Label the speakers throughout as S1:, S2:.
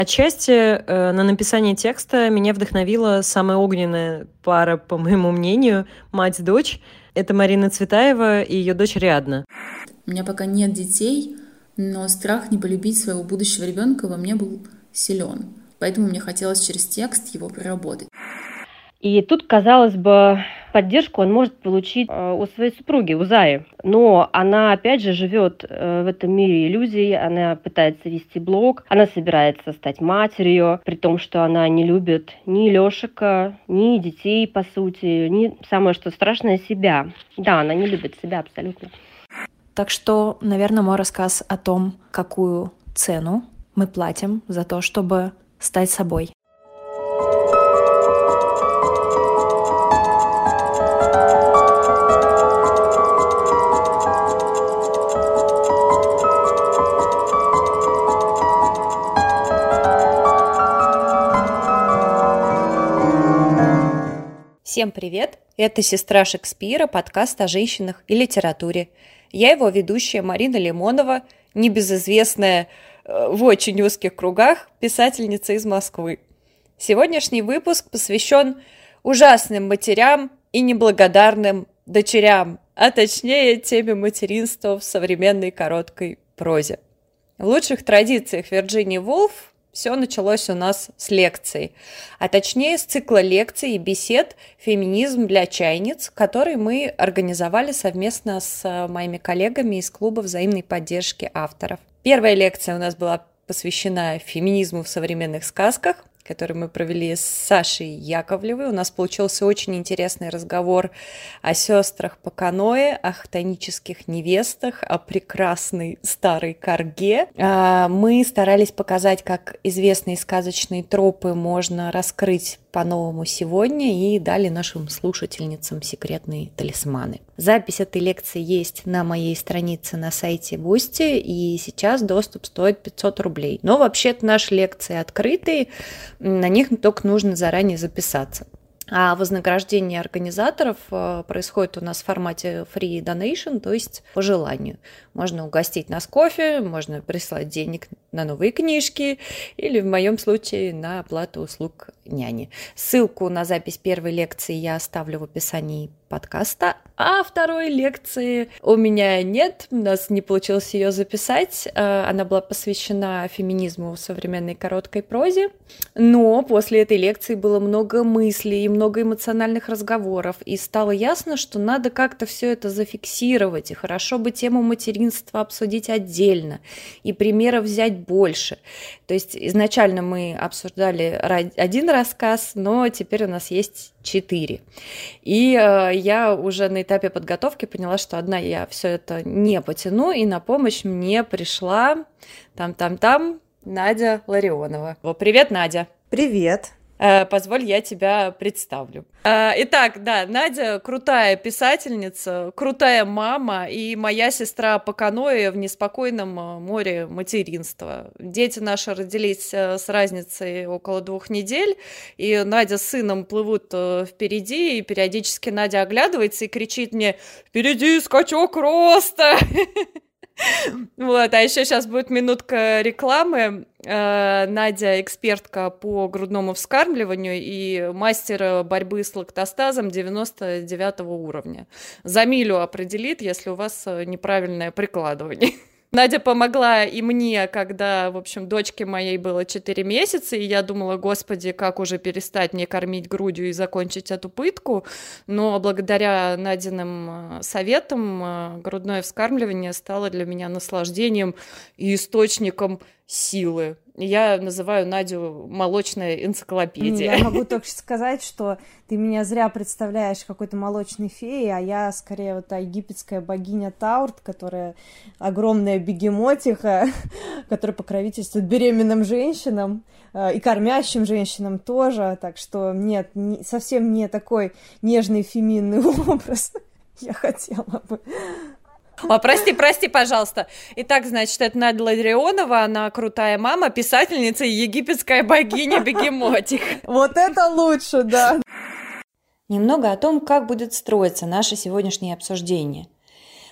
S1: Отчасти на написание текста меня вдохновила самая огненная пара, по моему мнению, мать-дочь. Это Марина Цветаева и ее дочь Риадна.
S2: У меня пока нет детей, но страх не полюбить своего будущего ребенка во мне был силен. Поэтому мне хотелось через текст его проработать.
S3: И тут, казалось бы, поддержку он может получить у своей супруги, у Заи. Но она, опять же, живет в этом мире иллюзий, она пытается вести блог, она собирается стать матерью, при том, что она не любит ни Лешика, ни детей, по сути, ни, самое что страшное, себя. Да, она не любит себя абсолютно.
S4: Так что, наверное, мой рассказ о том, какую цену мы платим за то, чтобы стать собой.
S5: Всем привет! Это «Сестра Шекспира», подкаст о женщинах и литературе. Я его ведущая Марина Лимонова, небезызвестная в очень узких кругах писательница из Москвы. Сегодняшний выпуск посвящен ужасным матерям и неблагодарным дочерям, а точнее теме материнства в современной короткой прозе. В лучших традициях Вирджинии Вулф все началось у нас с лекций, а точнее с цикла лекций и бесед «Феминизм для чайниц», который мы организовали совместно с моими коллегами из клуба взаимной поддержки авторов. Первая лекция у нас была посвящена феминизму в современных сказках, который мы провели с Сашей Яковлевой. У нас получился очень интересный разговор о сестрах по каноэ, о хтонических невестах, о прекрасной старой корге. Мы старались показать, как известные сказочные тропы можно раскрыть по-новому сегодня, и дали нашим слушательницам секретные талисманы. Запись этой лекции есть на моей странице на сайте Boosty, и сейчас доступ стоит 500 рублей. Но вообще-то наши лекции открытые, на них только нужно заранее записаться. А вознаграждение организаторов происходит у нас в формате free donation, то есть по желанию. Можно угостить нас кофе, можно прислать денег на новые книжки или, в моем случае, на оплату услуг няни. Ссылку на запись первой лекции я оставлю в описании подкаста, а второй лекции у меня нет, у нас не получилось ее записать. Она была посвящена феминизму в современной короткой прозе, но после этой лекции было много мыслей и много эмоциональных разговоров, и стало ясно, что надо как-то все это зафиксировать, и хорошо бы тему материнства обсудить отдельно, и примеров взять больше. То есть изначально мы обсуждали один рассказ, но теперь у нас есть 4. И я уже на этапе подготовки поняла, что одна я все это не потяну, и на помощь мне пришла Надя Ларионова. Привет, Надя!
S6: Привет!
S5: Позволь, я тебя представлю. Итак, да, Надя крутая писательница, крутая мама и моя сестра по каноэ в неспокойном море материнства. Дети наши родились с разницей около 2 недель, и Надя с сыном плывут впереди, и периодически Надя оглядывается и кричит мне: «Впереди скачок роста!» Вот, а еще сейчас будет минутка рекламы. Надя экспертка по грудному вскармливанию и мастер борьбы с лактостазом 99 уровня. За милю определит, если у вас неправильное прикладывание. Надя помогла и мне, когда, в общем, дочке моей было 4 месяца, и я думала: господи, как уже перестать мне кормить грудью и закончить эту пытку, но благодаря Надиным советам грудное вскармливание стало для меня наслаждением и источником силы. Я называю Надю молочная энциклопедия.
S6: Я могу только сказать, что ты меня зря представляешь какой-то молочной феей, а я скорее вот та египетская богиня Таурт, которая огромная бегемотиха, которая покровительствует беременным женщинам и кормящим женщинам тоже. Так что нет, совсем не такой нежный феминный образ я хотела бы.
S5: О, прости, пожалуйста. Итак, значит, это Надя Ларионова, она крутая мама, писательница и египетская богиня-бегемотик.
S6: Вот это лучше, да.
S5: Немного о том, как будет строиться наше сегодняшнее обсуждение.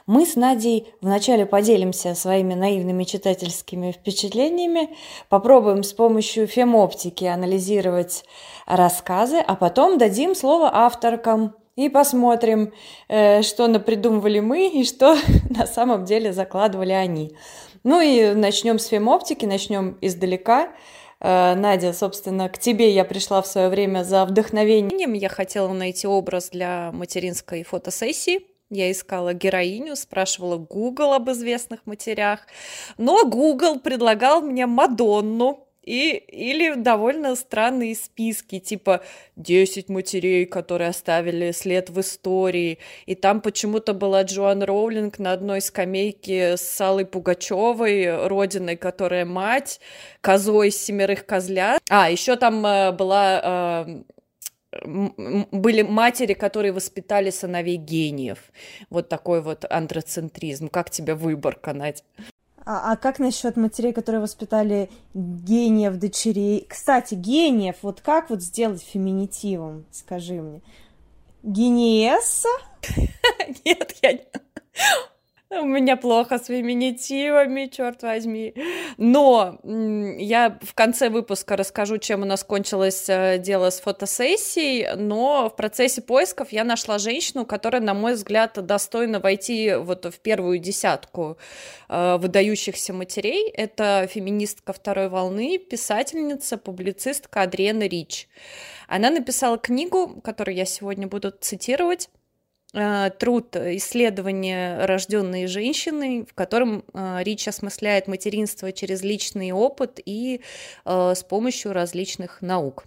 S5: Мы с Надей вначале поделимся своими наивными читательскими впечатлениями, попробуем с помощью фемоптики анализировать рассказы, а потом дадим слово авторкам и посмотрим, что напридумывали мы и что на самом деле закладывали они. Ну и начнем с фемоптики, начнем издалека. Надя, собственно, к тебе я пришла в свое время за вдохновением. Я хотела найти образ для материнской фотосессии. Я искала героиню, спрашивала Google об известных матерях, но Google предлагал мне Мадонну или довольно странные списки, типа 10 матерей, которые оставили след в истории, и там почему-то была Джоан Роулинг на одной скамейке с Аллой Пугачевой, родиной, которая мать, козой из 7 козлят. Еще там были матери, которые воспитали сыновей гениев. Вот такой вот андроцентризм. Как тебе выборка, Надь?
S6: А как насчет матерей, которые воспитали гениев дочерей? Кстати, гениев, вот как вот сделать феминитивом, скажи мне? Гениесса?
S5: Нет, у меня плохо с феминитивами, черт возьми. Но я в конце выпуска расскажу, чем у нас кончилось дело с фотосессией, но в процессе поисков я нашла женщину, которая, на мой взгляд, достойна войти вот в первую десятку выдающихся матерей. Это феминистка второй волны, писательница, публицистка Адриена Рич. Она написала книгу, которую я сегодня буду цитировать, труд «Исследования рожденные женщиной», в котором Рич осмысляет материнство через личный опыт и с помощью различных наук.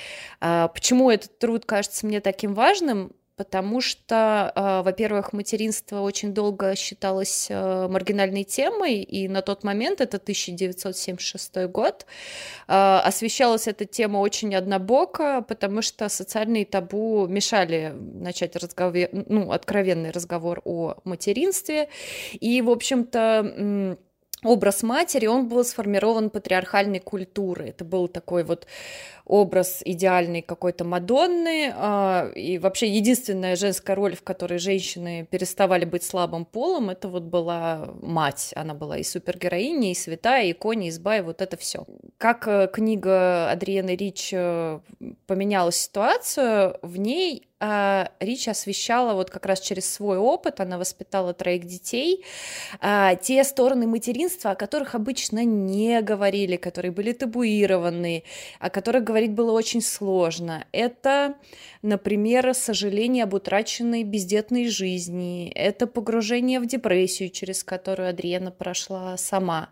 S5: Почему этот труд кажется мне таким важным? Потому что, во-первых, материнство очень долго считалось маргинальной темой, и на тот момент, это 1976 год, освещалась эта тема очень однобоко, потому что социальные табу мешали начать откровенный разговор о материнстве, и, в общем-то, образ матери, он был сформирован патриархальной культурой. Это был такой вот образ идеальной какой-то Мадонны, и вообще единственная женская роль, в которой женщины переставали быть слабым полом, это вот была мать. Она была и супергероиней, и святая, и кони, и изба, и вот это все. Как книга Адриены Рич поменяла ситуацию, в ней Рич освещала вот как раз через свой опыт, она воспитала 3 детей, те стороны материнства, о которых обычно не говорили, которые были табуированы, о которых говорить было очень сложно. Это, например, сожаление об утраченной бездетной жизни, это погружение в депрессию, через которую Адриена прошла сама,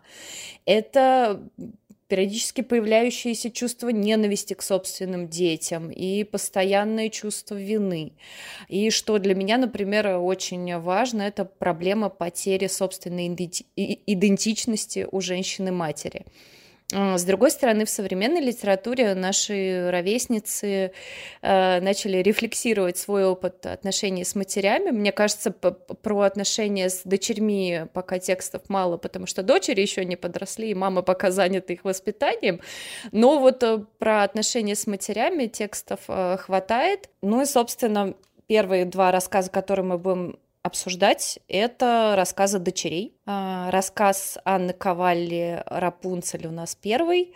S5: это периодически появляющееся чувство ненависти к собственным детям и постоянное чувство вины. И что для меня, например, очень важно, это проблема потери собственной идентичности у женщины-матери. С другой стороны, в современной литературе наши ровесницы начали рефлексировать свой опыт отношений с матерями. Мне кажется, про отношения с дочерьми пока текстов мало, потому что дочери еще не подросли, и мама пока занята их воспитанием. Но вот про отношения с матерями текстов хватает. Ну и, собственно, первые 2 рассказа, которые мы будем обсуждать, это рассказы дочерей. Рассказ Анны Кавалли «Рапунцель» у нас первый.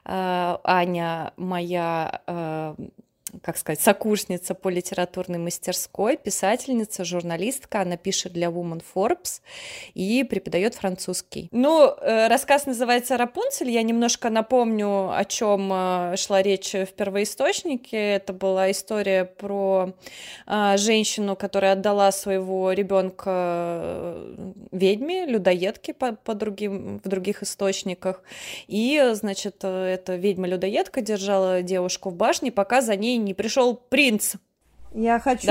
S5: Аня моя, как сказать, сокурсница по литературной мастерской, писательница, журналистка. Она пишет для Woman Forbes и преподает французский. Ну, рассказ называется «Рапунцель». Я немножко напомню, о чем шла речь в первоисточнике. Это была история про женщину, которая отдала своего ребенка ведьме, людоедке в других источниках. И, значит, эта ведьма-людоедка держала девушку в башне, пока за ней не пришел принц.
S6: Я хочу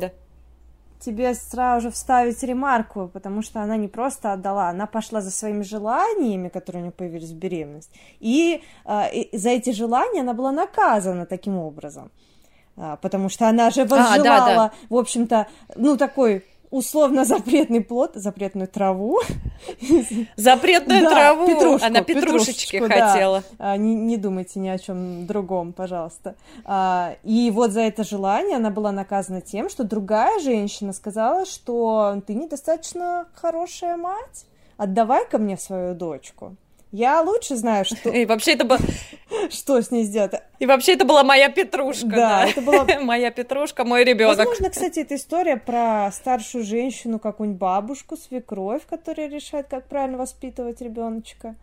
S6: тебе сразу же вставить ремарку, потому что она не просто отдала, она пошла за своими желаниями, которые у нее появились в беременность, и за эти желания она была наказана таким образом, потому что она же возжелала, в общем-то, такой условно запретный плод, запретную траву.
S5: Запретную траву.
S6: Петрушку,
S5: Она петрушечки хотела.
S6: Да. Не думайте ни о чем другом, пожалуйста. И вот за это желание она была наказана тем, что другая женщина сказала, что ты недостаточно хорошая мать, отдавай-ка мне свою дочку. Я лучше знаю, что...
S5: И вообще это было...
S6: Что с ней сделать?
S5: И вообще это была моя петрушка.
S6: Да, это была...
S5: Моя петрушка, мой ребенок.
S6: Возможно, кстати, это история про старшую женщину, какую-нибудь бабушку, свекровь, которая решает, как правильно воспитывать ребеночка.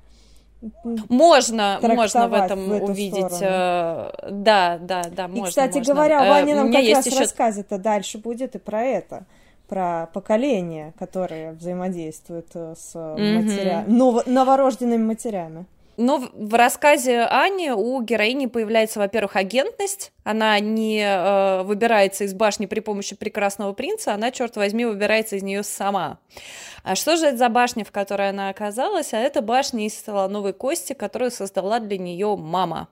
S5: Можно в этом увидеть.
S6: Сторону.
S5: Да, можно.
S6: И, кстати говоря, Ваня нам как раз
S5: еще...
S6: рассказе-то дальше будет и про это. Про поколения, которые взаимодействуют с новорожденными матерями.
S5: Но в рассказе Ани у героини появляется, во-первых, агентность. Она не выбирается из башни при помощи прекрасного принца, она, черт возьми, выбирается из нее сама. А что же это за башня, в которой она оказалась? А это башня из слоновой кости, которую создала для нее мама.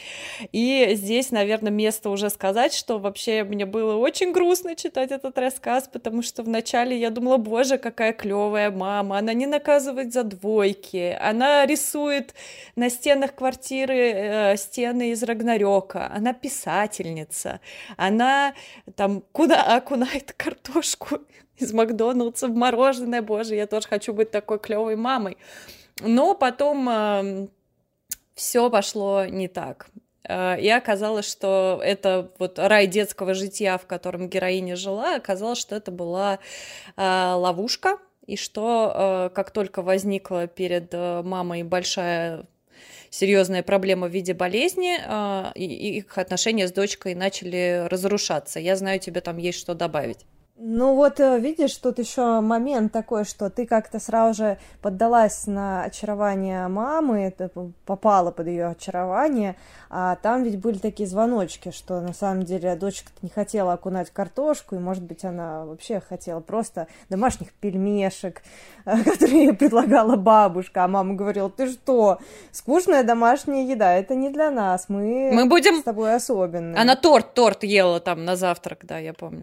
S5: И здесь, наверное, место уже сказать, что вообще мне было очень грустно читать этот рассказ, потому что вначале я думала, боже, какая клевая мама, она не наказывает за двойки, она рисует на стенах квартиры стены из Рагнарёка, она писательница, она там куда окунает картошку из Макдональдса в мороженое, боже, я тоже хочу быть такой клевой мамой. Но потом... все пошло не так. И оказалось, что это вот рай детского жития, в котором героиня жила, оказалось, что это была ловушка, и что как только возникла перед мамой большая серьезная проблема в виде болезни, и их отношения с дочкой начали разрушаться. Я знаю, тебе там есть что добавить.
S6: Ну вот, видишь, тут еще момент такой, что ты как-то сразу же поддалась на очарование мамы, попала под ее очарование, а там ведь были такие звоночки, что на самом деле дочка-то не хотела окунать картошку, и, может быть, она вообще хотела просто домашних пельмешек, которые ей предлагала бабушка, а мама говорила, ты что, скучная домашняя еда, это не для нас, мы будем с тобой особенные.
S5: Она торт ела там на завтрак, да, я помню.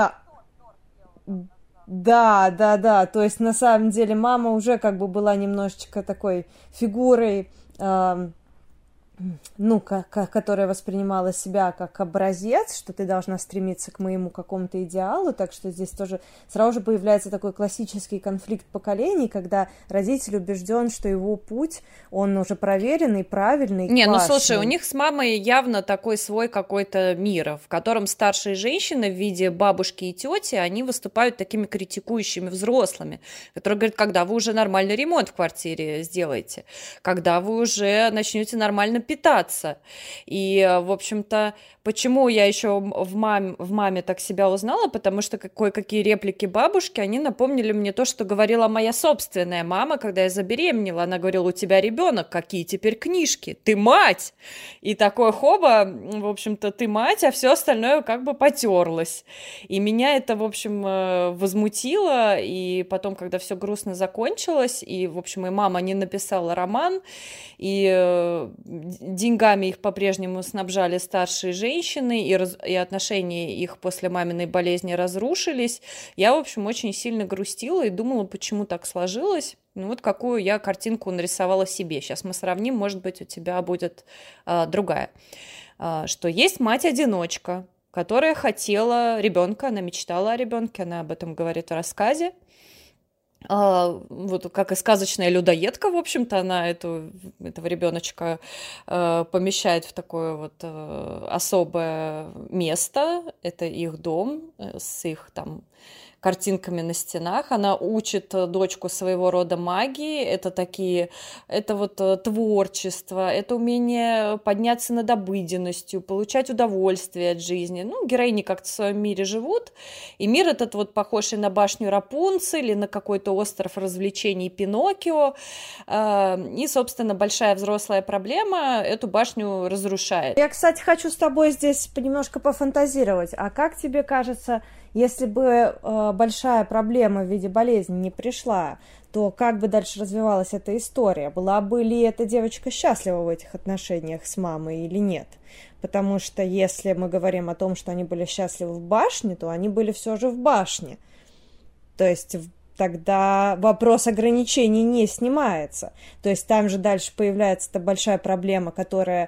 S6: Да, то есть на самом деле мама уже как бы была немножечко такой фигурой, которая воспринимала себя как образец, что ты должна стремиться к моему какому-то идеалу, так что здесь тоже сразу же появляется такой классический конфликт поколений, когда родитель убежден, что его путь, он уже проверенный, правильный, классный.
S5: Ну слушай, у них с мамой явно такой свой какой-то мир, в котором старшие женщины в виде бабушки и тети, они выступают такими критикующими взрослыми, которые говорят, когда вы уже нормальный ремонт в квартире сделаете, когда вы уже начнете нормально питаться. И, в общем-то, почему я еще в маме так себя узнала, потому что кое-какие реплики бабушки, они напомнили мне то, что говорила моя собственная мама, когда я забеременела. Она говорила, у тебя ребенок, какие теперь книжки? Ты мать! И такое хоба, в общем-то, ты мать, а все остальное как бы потерлось. И меня это, в общем, возмутило, и потом, когда все грустно закончилось, и, в общем, и мама не написала роман, и деньгами их по-прежнему снабжали старшие женщины, и отношения их после маминой болезни разрушились. Я, в общем, очень сильно грустила и думала, почему так сложилось. Ну вот какую я картинку нарисовала себе. Сейчас мы сравним, может быть, у тебя будет другая. Что есть мать-одиночка, которая хотела ребенка, она мечтала о ребенке, она об этом говорит в рассказе. Вот как и сказочная людоедка, в общем-то, она этого ребеночка помещает в такое вот особое место. Это их дом с их там картинками на стенах. Она учит дочку своего рода магии. Это вот творчество, это умение подняться над обыденностью, получать удовольствие от жизни. Ну, героини как-то в своем мире живут. И мир этот вот похожий на башню Рапунцель или на какой-то остров развлечений Пиноккио. И, собственно, большая взрослая проблема эту башню разрушает.
S6: Я, кстати, хочу с тобой здесь немножко пофантазировать. А как тебе кажется, если бы большая проблема в виде болезни не пришла, то как бы дальше развивалась эта история? Была бы ли эта девочка счастлива в этих отношениях с мамой или нет? Потому что если мы говорим о том, что они были счастливы в башне, то они были все же в башне. То есть тогда вопрос ограничений не снимается. То есть там же дальше появляется эта большая проблема, которая...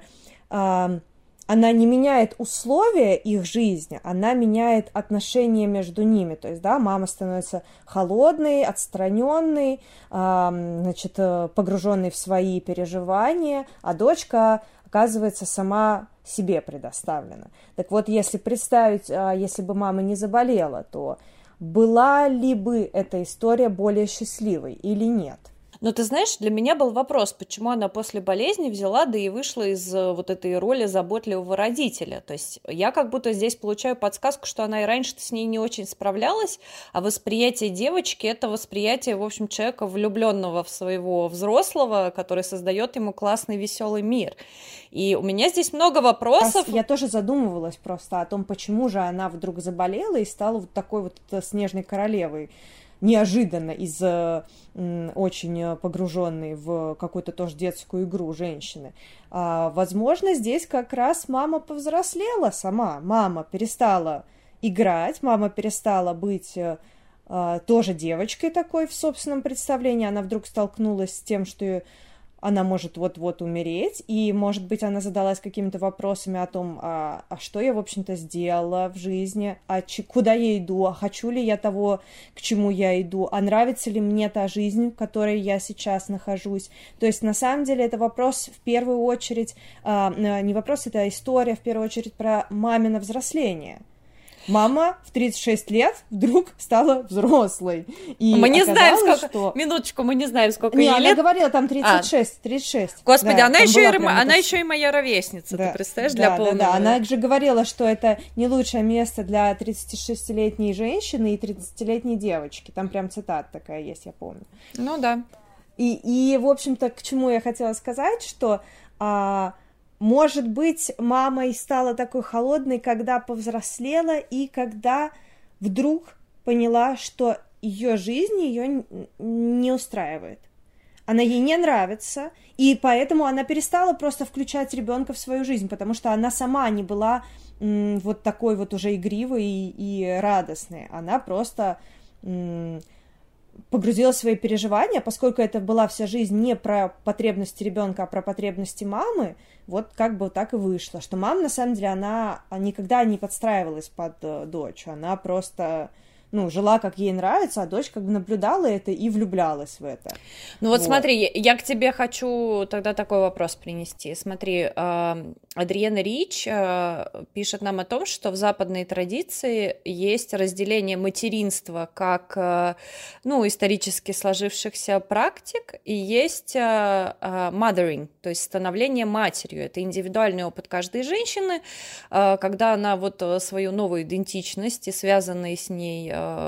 S6: она не меняет условия их жизни, она меняет отношения между ними. То есть, да, мама становится холодной, отстраненной, значит, погруженной в свои переживания, а дочка оказывается сама себе предоставлена. Так вот, если представить, если бы мама не заболела, то была ли бы эта история более счастливой или нет?
S5: Но ты знаешь, для меня был вопрос, почему она после болезни взяла, да и вышла из вот этой роли заботливого родителя. То есть я как будто здесь получаю подсказку, что она и раньше-то с ней не очень справлялась, а восприятие девочки — это восприятие, в общем, человека, влюбленного в своего взрослого, который создает ему классный, веселый мир. И у меня здесь много вопросов.
S6: Я тоже задумывалась просто о том, почему же она вдруг заболела и стала вот такой вот снежной королевой. Неожиданно из очень погруженной в какую-то тоже детскую игру женщины. Возможно, здесь как раз мама повзрослела сама. Мама перестала играть, мама перестала быть тоже девочкой такой в собственном представлении. Она вдруг столкнулась с тем, что она может вот-вот умереть, и, может быть, она задалась какими-то вопросами о том, а что я, в общем-то, сделала в жизни, куда я иду, а хочу ли я того, к чему я иду, а нравится ли мне та жизнь, в которой я сейчас нахожусь. То есть, на самом деле, это вопрос, в первую очередь, не вопрос, это история, в первую очередь, про мамино взросление. Мама в 36 лет вдруг стала взрослой. И
S5: мы не знаем, сколько...
S6: Что...
S5: Минуточку, мы не знаем, сколько ей лет.
S6: Она говорила, там 36.
S5: Господи,
S6: да,
S5: она еще и моя ровесница,
S6: да,
S5: ты представляешь, для полного...
S6: Да, она же говорила, что это не лучшее место для 36-летней женщины и 30-летней девочки. Там прям цитата такая есть, я помню.
S5: Ну да.
S6: И в общем-то, к чему я хотела сказать, что... может быть, мама и стала такой холодной, когда повзрослела и когда вдруг поняла, что ее жизнь ее не устраивает. Она ей не нравится, и поэтому она перестала просто включать ребенка в свою жизнь, потому что она сама не была вот такой вот уже игривой и радостной. Она просто... погрузила в свои переживания, поскольку это была вся жизнь не про потребности ребенка, а про потребности мамы, вот как бы так и вышло, что мама, на самом деле, она никогда не подстраивалась под дочь, она просто, жила, как ей нравится, а дочь как бы наблюдала это и влюблялась в это.
S5: Ну вот смотри, я к тебе хочу тогда такой вопрос принести. Смотри, Адриена Рич пишет нам о том, что в западной традиции есть разделение материнства как, исторически сложившихся практик, и есть mothering, то есть становление матерью. Это индивидуальный опыт каждой женщины, когда она вот свою новую идентичность и связанные с ней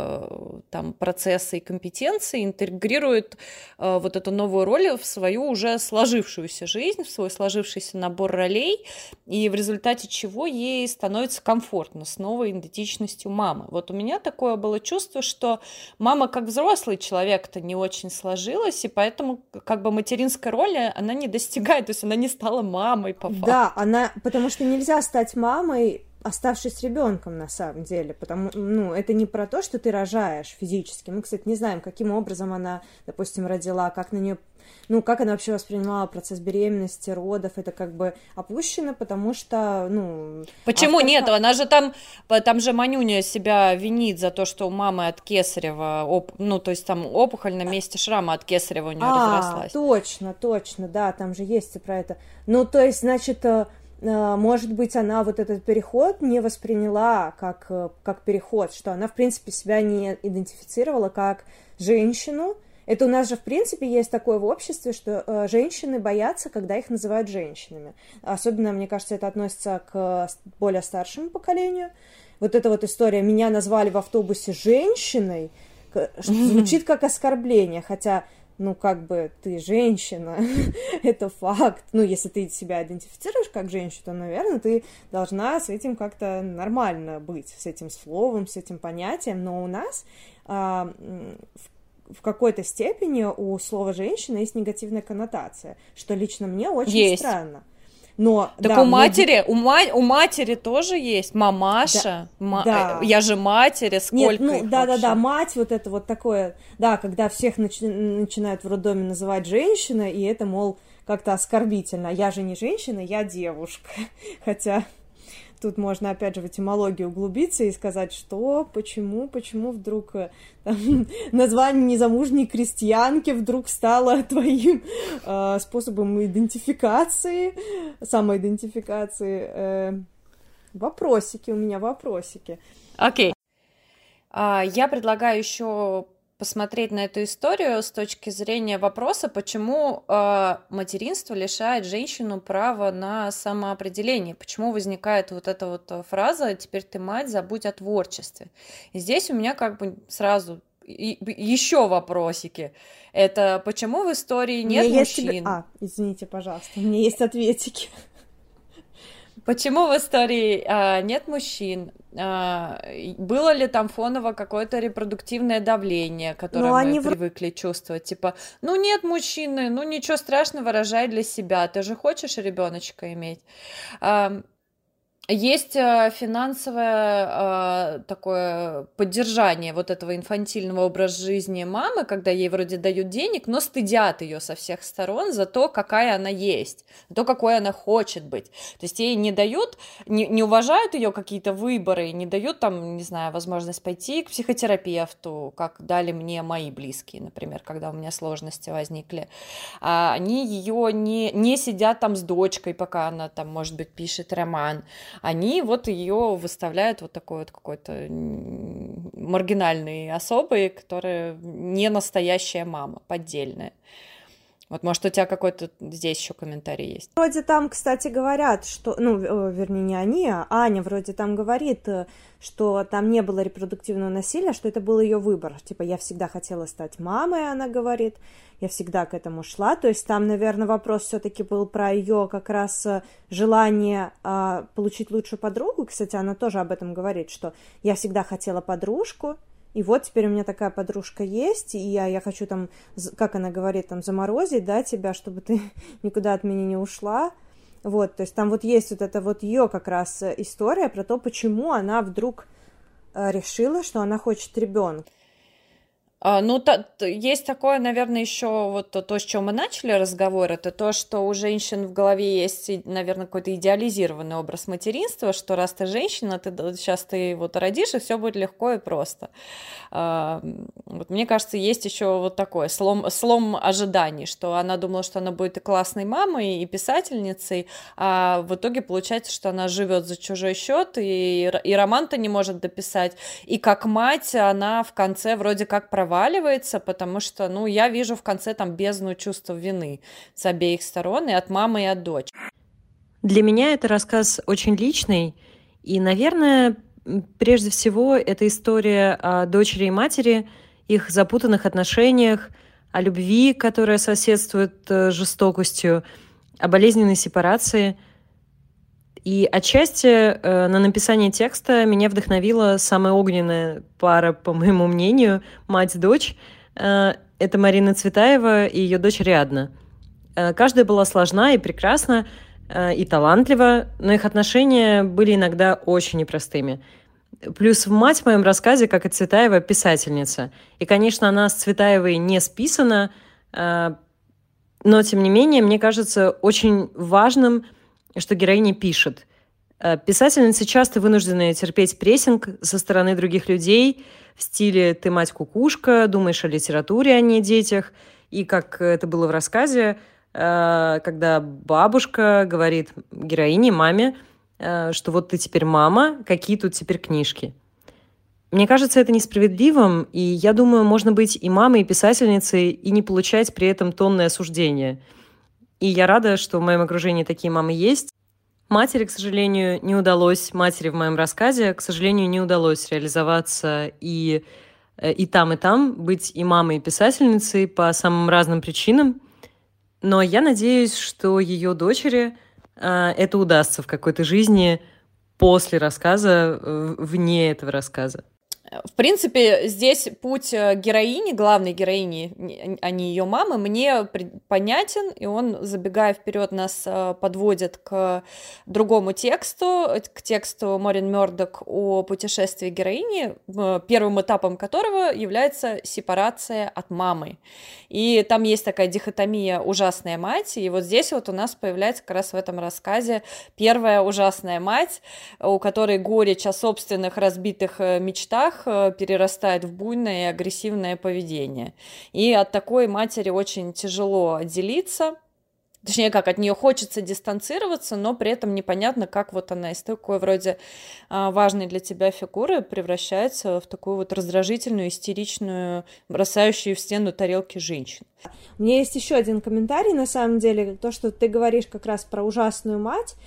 S5: там процессы и компетенции интегрирует вот эту новую роль в свою уже сложившуюся жизнь, в свой сложившийся набор ролей, и в результате чего ей становится комфортно с новой идентичностью мамы. Вот у меня такое было чувство, что мама как взрослый человек-то не очень сложилась, и поэтому как бы материнская роль, она не достигает, то есть она не стала мамой по факту.
S6: Да, потому что нельзя стать мамой, оставшись ребенком, на самом деле, потому, это не про то, что ты рожаешь физически. Мы, кстати, не знаем, каким образом она, допустим, родила, как на нее, как она вообще воспринимала процесс беременности, родов, это как бы опущено, потому что,
S5: Почему нет? Она же там же Манюня себя винит за то, что у мамы от кесарева, то есть там опухоль на месте шрама от кесарева у нее разрослась.
S6: Точно, да, там же есть и про это. То есть, значит... может быть, она вот этот переход не восприняла как переход, что она, в принципе, себя не идентифицировала как женщину. Это у нас же, в принципе, есть такое в обществе, что женщины боятся, когда их называют женщинами. Особенно, мне кажется, это относится к более старшему поколению. Вот эта вот история «меня назвали в автобусе женщиной» звучит как оскорбление, хотя... как бы ты женщина, это факт. Если ты себя идентифицируешь как женщину, то, наверное, ты должна с этим как-то нормально быть, с этим словом, с этим понятием. Но у нас в какой-то степени у слова «женщина» есть негативная коннотация, что лично мне очень странно. Но,
S5: Так
S6: да,
S5: у матери тоже есть мамаша.
S6: Да.
S5: Я же матери, сколько
S6: Нет,
S5: их
S6: да,
S5: вообще?
S6: мать, вот это вот такое, да, когда всех начинают в роддоме называть женщина, и это, мол, как-то оскорбительно. Я же не женщина, я девушка. Хотя тут можно, опять же, в этимологию углубиться и сказать, что, почему вдруг там, название незамужней крестьянки вдруг стало твоим способом идентификации, самоидентификации. Вопросики у меня, вопросики.
S5: Окей. Я предлагаю еще посмотреть на эту историю с точки зрения вопроса, почему материнство лишает женщину права на самоопределение, почему возникает вот эта вот фраза «теперь ты мать, забудь о творчестве». И здесь у меня как бы сразу еще вопросики. Это почему в истории нет мужчин?
S6: Извините, пожалуйста, у меня есть ответики.
S5: Почему в истории нет мужчин? Было ли там фоново какое-то репродуктивное давление, которое мы привыкли чувствовать? Типа, ну нет мужчины, ну ничего страшного, рожай для себя, ты же хочешь ребеночка иметь. Есть финансовое такое поддержание вот этого инфантильного образа жизни мамы, когда ей вроде дают денег, но стыдят ее со всех сторон за то, какая она есть, за то, какой она хочет быть. То есть ей не дают, не уважают ее какие-то выборы, не дают там, не знаю, возможность пойти к психотерапевту, как дали мне мои близкие, например, когда у меня сложности возникли. Они ее не сидят там с дочкой, пока она там, может быть, пишет роман. Они вот ее выставляют вот такой вот какой-то маргинальной особой, которая не настоящая мама, поддельная. Вот, может, у тебя какой-то здесь еще комментарий есть?
S6: Вроде там, кстати, говорят, что... Ну, вернее, не они, а Аня вроде там говорит, что там не было репродуктивного насилия, что это был ее выбор. Типа, я всегда хотела стать мамой, она говорит, я всегда к этому шла. То есть там, наверное, вопрос все-таки был про ее как раз желание получить лучшую подругу. Кстати, она тоже об этом говорит, что я всегда хотела подружку, и вот теперь у меня такая подружка есть, и я хочу там, как она говорит, там заморозить, да, тебя, чтобы ты никуда от меня не ушла. Вот, то есть там вот есть вот эта вот ее как раз история про то, почему она вдруг решила, что она хочет ребенка.
S5: Ну, есть такое, наверное, еще вот то, с чем мы начали разговор, это то, что у женщин в голове есть, наверное, какой-то идеализированный образ материнства, что раз ты женщина, сейчас ты вот родишь, и все будет легко и просто. Вот, мне кажется, есть еще вот такой слом ожиданий, что она думала, что она будет и классной мамой, и писательницей, а в итоге получается, что она живет за чужой счет, и роман-то не может дописать, и как мать она в конце вроде как проваливается, потому что, ну, я вижу в конце там бездну чувства вины с обеих сторон, и от мамы, и от дочери.
S1: Для меня это рассказ очень личный, и, наверное, прежде всего, это история о дочери и матери, их запутанных отношениях, о любви, которая соседствует жестокостью, о болезненной сепарации. И отчасти на написание текста меня вдохновила самая огненная пара, по моему мнению, мать-дочь. Это Марина Цветаева и ее дочь Риадна. Каждая была сложна и прекрасна, и талантлива, но их отношения были иногда очень непростыми. Плюс мать в моем рассказе, как и Цветаева, писательница. И, конечно, она с Цветаевой не списана, но, тем не менее, мне кажется очень важным, что героиня пишет. Писательницы часто вынуждены терпеть прессинг со стороны других людей в стиле «ты мать-кукушка», думаешь о литературе, а не о детях. И как это было в рассказе, когда бабушка говорит героине, маме, что вот ты теперь мама, какие тут теперь книжки. Мне кажется, это несправедливым, и я думаю, можно быть и мамой, и писательницей, и не получать при этом тонны осуждения. И я рада, что в моем окружении такие мамы есть. Матери, к сожалению, не удалось, матери в моем рассказе, к сожалению, не удалось реализоваться и там быть и мамой, и писательницей по самым разным причинам. Но я надеюсь, что ее дочери это удастся в какой-то жизни после рассказа, вне этого рассказа.
S5: В принципе, здесь путь героини, главной героини, а не ее мамы, мне понятен, и он, забегая вперед, нас подводит к другому тексту, к тексту Морин Мёрдок о путешествии героини, первым этапом которого является сепарация от мамы. И там есть такая дихотомия «ужасная мать», и вот здесь вот у нас появляется как раз в этом рассказе первая ужасная мать, у которой горечь о собственных разбитых мечтах перерастает в буйное и агрессивное поведение. И от такой матери очень тяжело отделиться. Точнее, как от нее хочется дистанцироваться, но при этом непонятно, как вот она из такой вроде важной для тебя фигуры превращается в такую вот раздражительную, истеричную, бросающую в стену тарелки женщину.
S6: У меня есть еще один комментарий, на самом деле, то, что ты говоришь как раз про ужасную мать.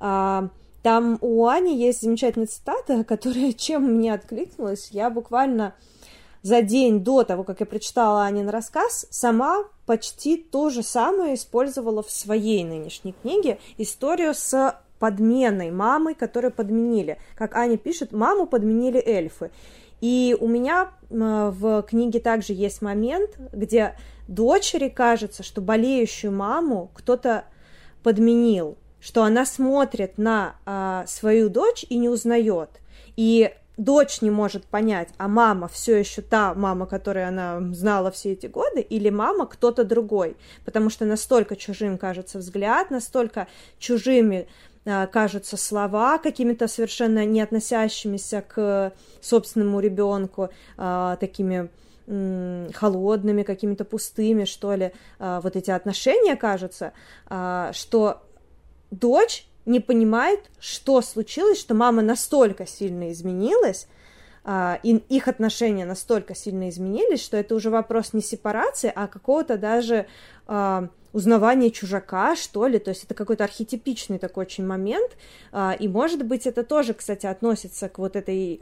S6: Там у Ани есть замечательная цитата, которая чем мне откликнулась. Я буквально за день до того, как я прочитала Анин рассказ, сама почти то же самое использовала в своей нынешней книге. Историю с подменой мамы, которую подменили. Как Аня пишет, маму подменили эльфы. И у меня в книге также есть момент, где дочери кажется, что болеющую маму кто-то подменил, что она смотрит на свою дочь и не узнает. И дочь не может понять, а мама все еще та мама, которую она знала все эти годы, или мама кто-то другой. Потому что настолько чужим кажется взгляд, настолько чужими кажутся слова, какими-то совершенно не относящимися к собственному ребенку, такими холодными, какими-то пустыми, что ли. Вот эти отношения кажутся, что дочь не понимает, что случилось, что мама настолько сильно изменилась, и их отношения настолько сильно изменились, что это уже вопрос не сепарации, а какого-то даже узнавания чужака, что ли. То есть это какой-то архетипичный такой очень момент. И, может быть, это тоже, кстати, относится к вот этой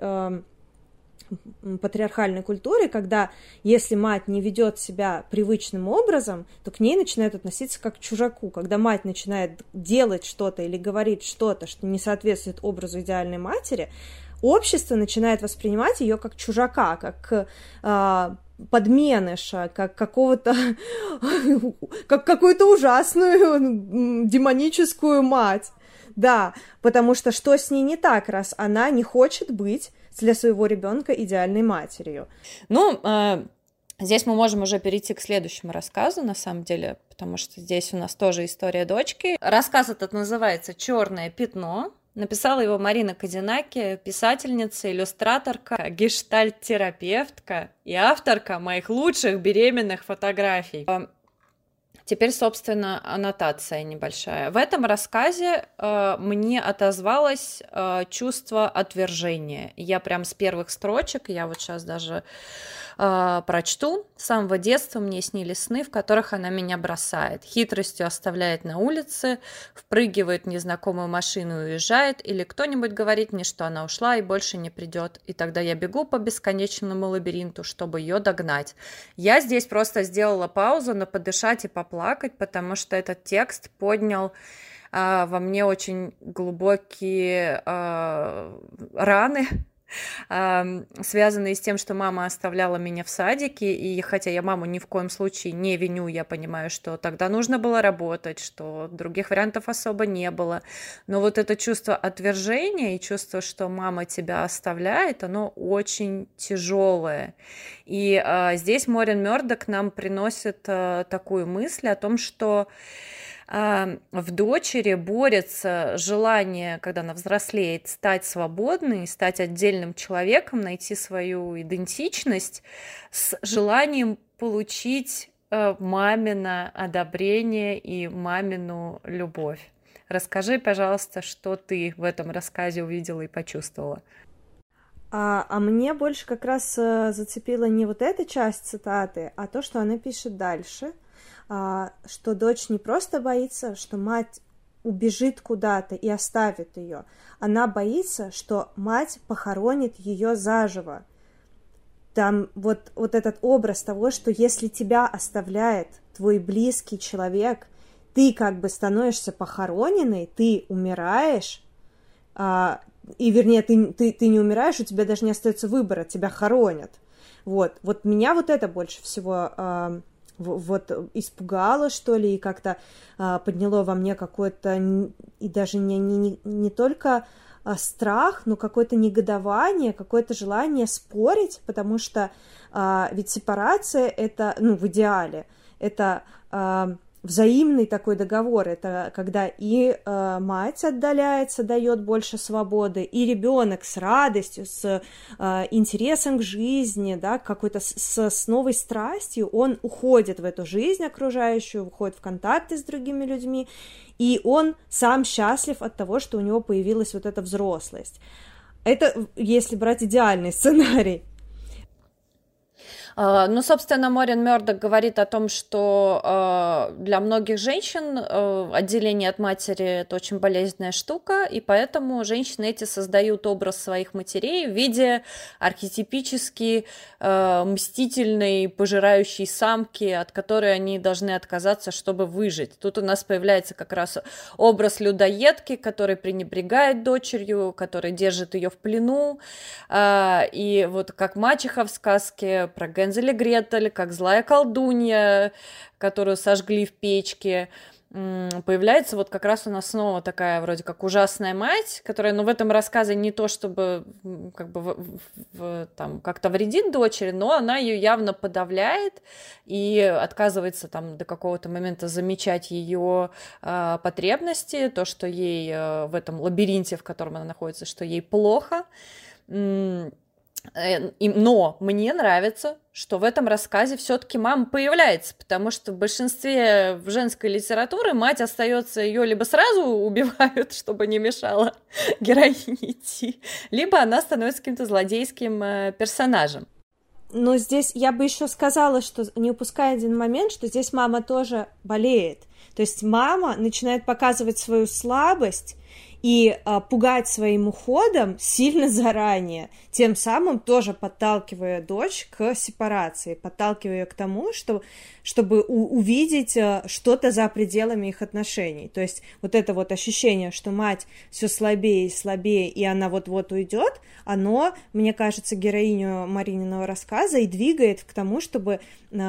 S6: патриархальной культуре, когда если мать не ведет себя привычным образом, то к ней начинают относиться как к чужаку. Когда мать начинает делать что-то или говорить что-то, что не соответствует образу идеальной матери, общество начинает воспринимать ее как чужака, как подменыша, как какого-то, как какую-то ужасную демоническую мать. Да, потому что что с ней не так, раз она не хочет быть для своего ребенка идеальной матерью?
S5: Ну, здесь мы можем уже перейти к следующему рассказу, на самом деле, потому что здесь у нас тоже история дочки. Рассказ этот называется «Черное пятно». Написала его Марина Кодинаки, писательница, иллюстраторка, гештальт-терапевтка и авторка моих лучших беременных фотографий. Теперь, собственно, аннотация небольшая. В этом рассказе мне отозвалось чувство отвержения. Я прям с первых строчек, я вот сейчас даже прочту. С самого детства мне снились сны, в которых она меня бросает. Хитростью оставляет на улице, впрыгивает в незнакомую машину и уезжает, или кто-нибудь говорит мне, что она ушла и больше не придет. И тогда я бегу по бесконечному лабиринту, чтобы ее догнать. Я здесь просто сделала паузу на подышать и поплакать, потому что этот текст поднял во мне очень глубокие раны, связанные с тем, что мама оставляла меня в садике, и хотя я маму ни в коем случае не виню, я понимаю, что тогда нужно было работать, что других вариантов особо не было, но вот это чувство отвержения и чувство, что мама тебя оставляет, оно очень тяжелое. И здесь Морин Мёрдок нам приносит такую мысль о том, что в дочери борется желание, когда она взрослеет, стать свободной, стать отдельным человеком, найти свою идентичность, с желанием получить мамино одобрение и мамину любовь. Расскажи, пожалуйста, что ты в этом рассказе увидела и почувствовала.
S6: А мне больше как раз зацепила не вот эта часть цитаты, а то, что она пишет дальше, что дочь не просто боится, что мать убежит куда-то и оставит ее. Она боится, что мать похоронит ее заживо. Там вот этот образ того, что если тебя оставляет твой близкий человек, ты как бы становишься похороненной, ты умираешь, и вернее, ты не умираешь, у тебя даже не остается выбора, тебя хоронят. Вот меня вот это больше всего вот испугало, что ли, и как-то подняло во мне какое-то, и даже не только страх, но какое-то негодование, какое-то желание спорить, потому что ведь сепарация это, в идеале, это взаимный такой договор, это когда и мать отдаляется, дает больше свободы, и ребенок с радостью, с интересом к жизни, да, какой-то с новой страстью, он уходит в эту жизнь окружающую, уходит в контакты с другими людьми, и он сам счастлив от того, что у него появилась вот эта взрослость. Это если брать идеальный сценарий.
S5: Ну, собственно, Морин Мёрдок говорит о том, что для многих женщин отделение от матери – это очень болезненная штука, и поэтому женщины эти создают образ своих матерей в виде архетипически мстительной, пожирающей самки, от которой они должны отказаться, чтобы выжить. Тут у нас появляется как раз образ людоедки, который пренебрегает дочерью, который держит ее в плену, и вот как мачеха в сказке про Гензель и Гретель, как злая колдунья, которую сожгли в печке, появляется вот как раз у нас снова такая вроде как ужасная мать, которая, в этом рассказе не то чтобы как бы там как-то вредит дочери, но она ее явно подавляет и отказывается там до какого-то момента замечать ее потребности, то, что ей в этом лабиринте, в котором она находится, что ей плохо. Но мне нравится, что в этом рассказе все-таки мама появляется, потому что в большинстве женской литературы мать остается, ее либо сразу убивают, чтобы не мешала героине идти, либо она становится каким-то злодейским персонажем.
S6: Но здесь я бы еще сказала, что не упуская один момент, что здесь мама тоже болеет. То есть мама начинает показывать свою слабость и пугать своим уходом сильно заранее, тем самым тоже подталкивая дочь к сепарации, подталкивая ее к тому, чтобы увидеть что-то за пределами их отношений. То есть вот это вот ощущение, что мать все слабее и слабее, и она вот-вот уйдет, оно, мне кажется, героиню Марининого рассказа и двигает к тому, чтобы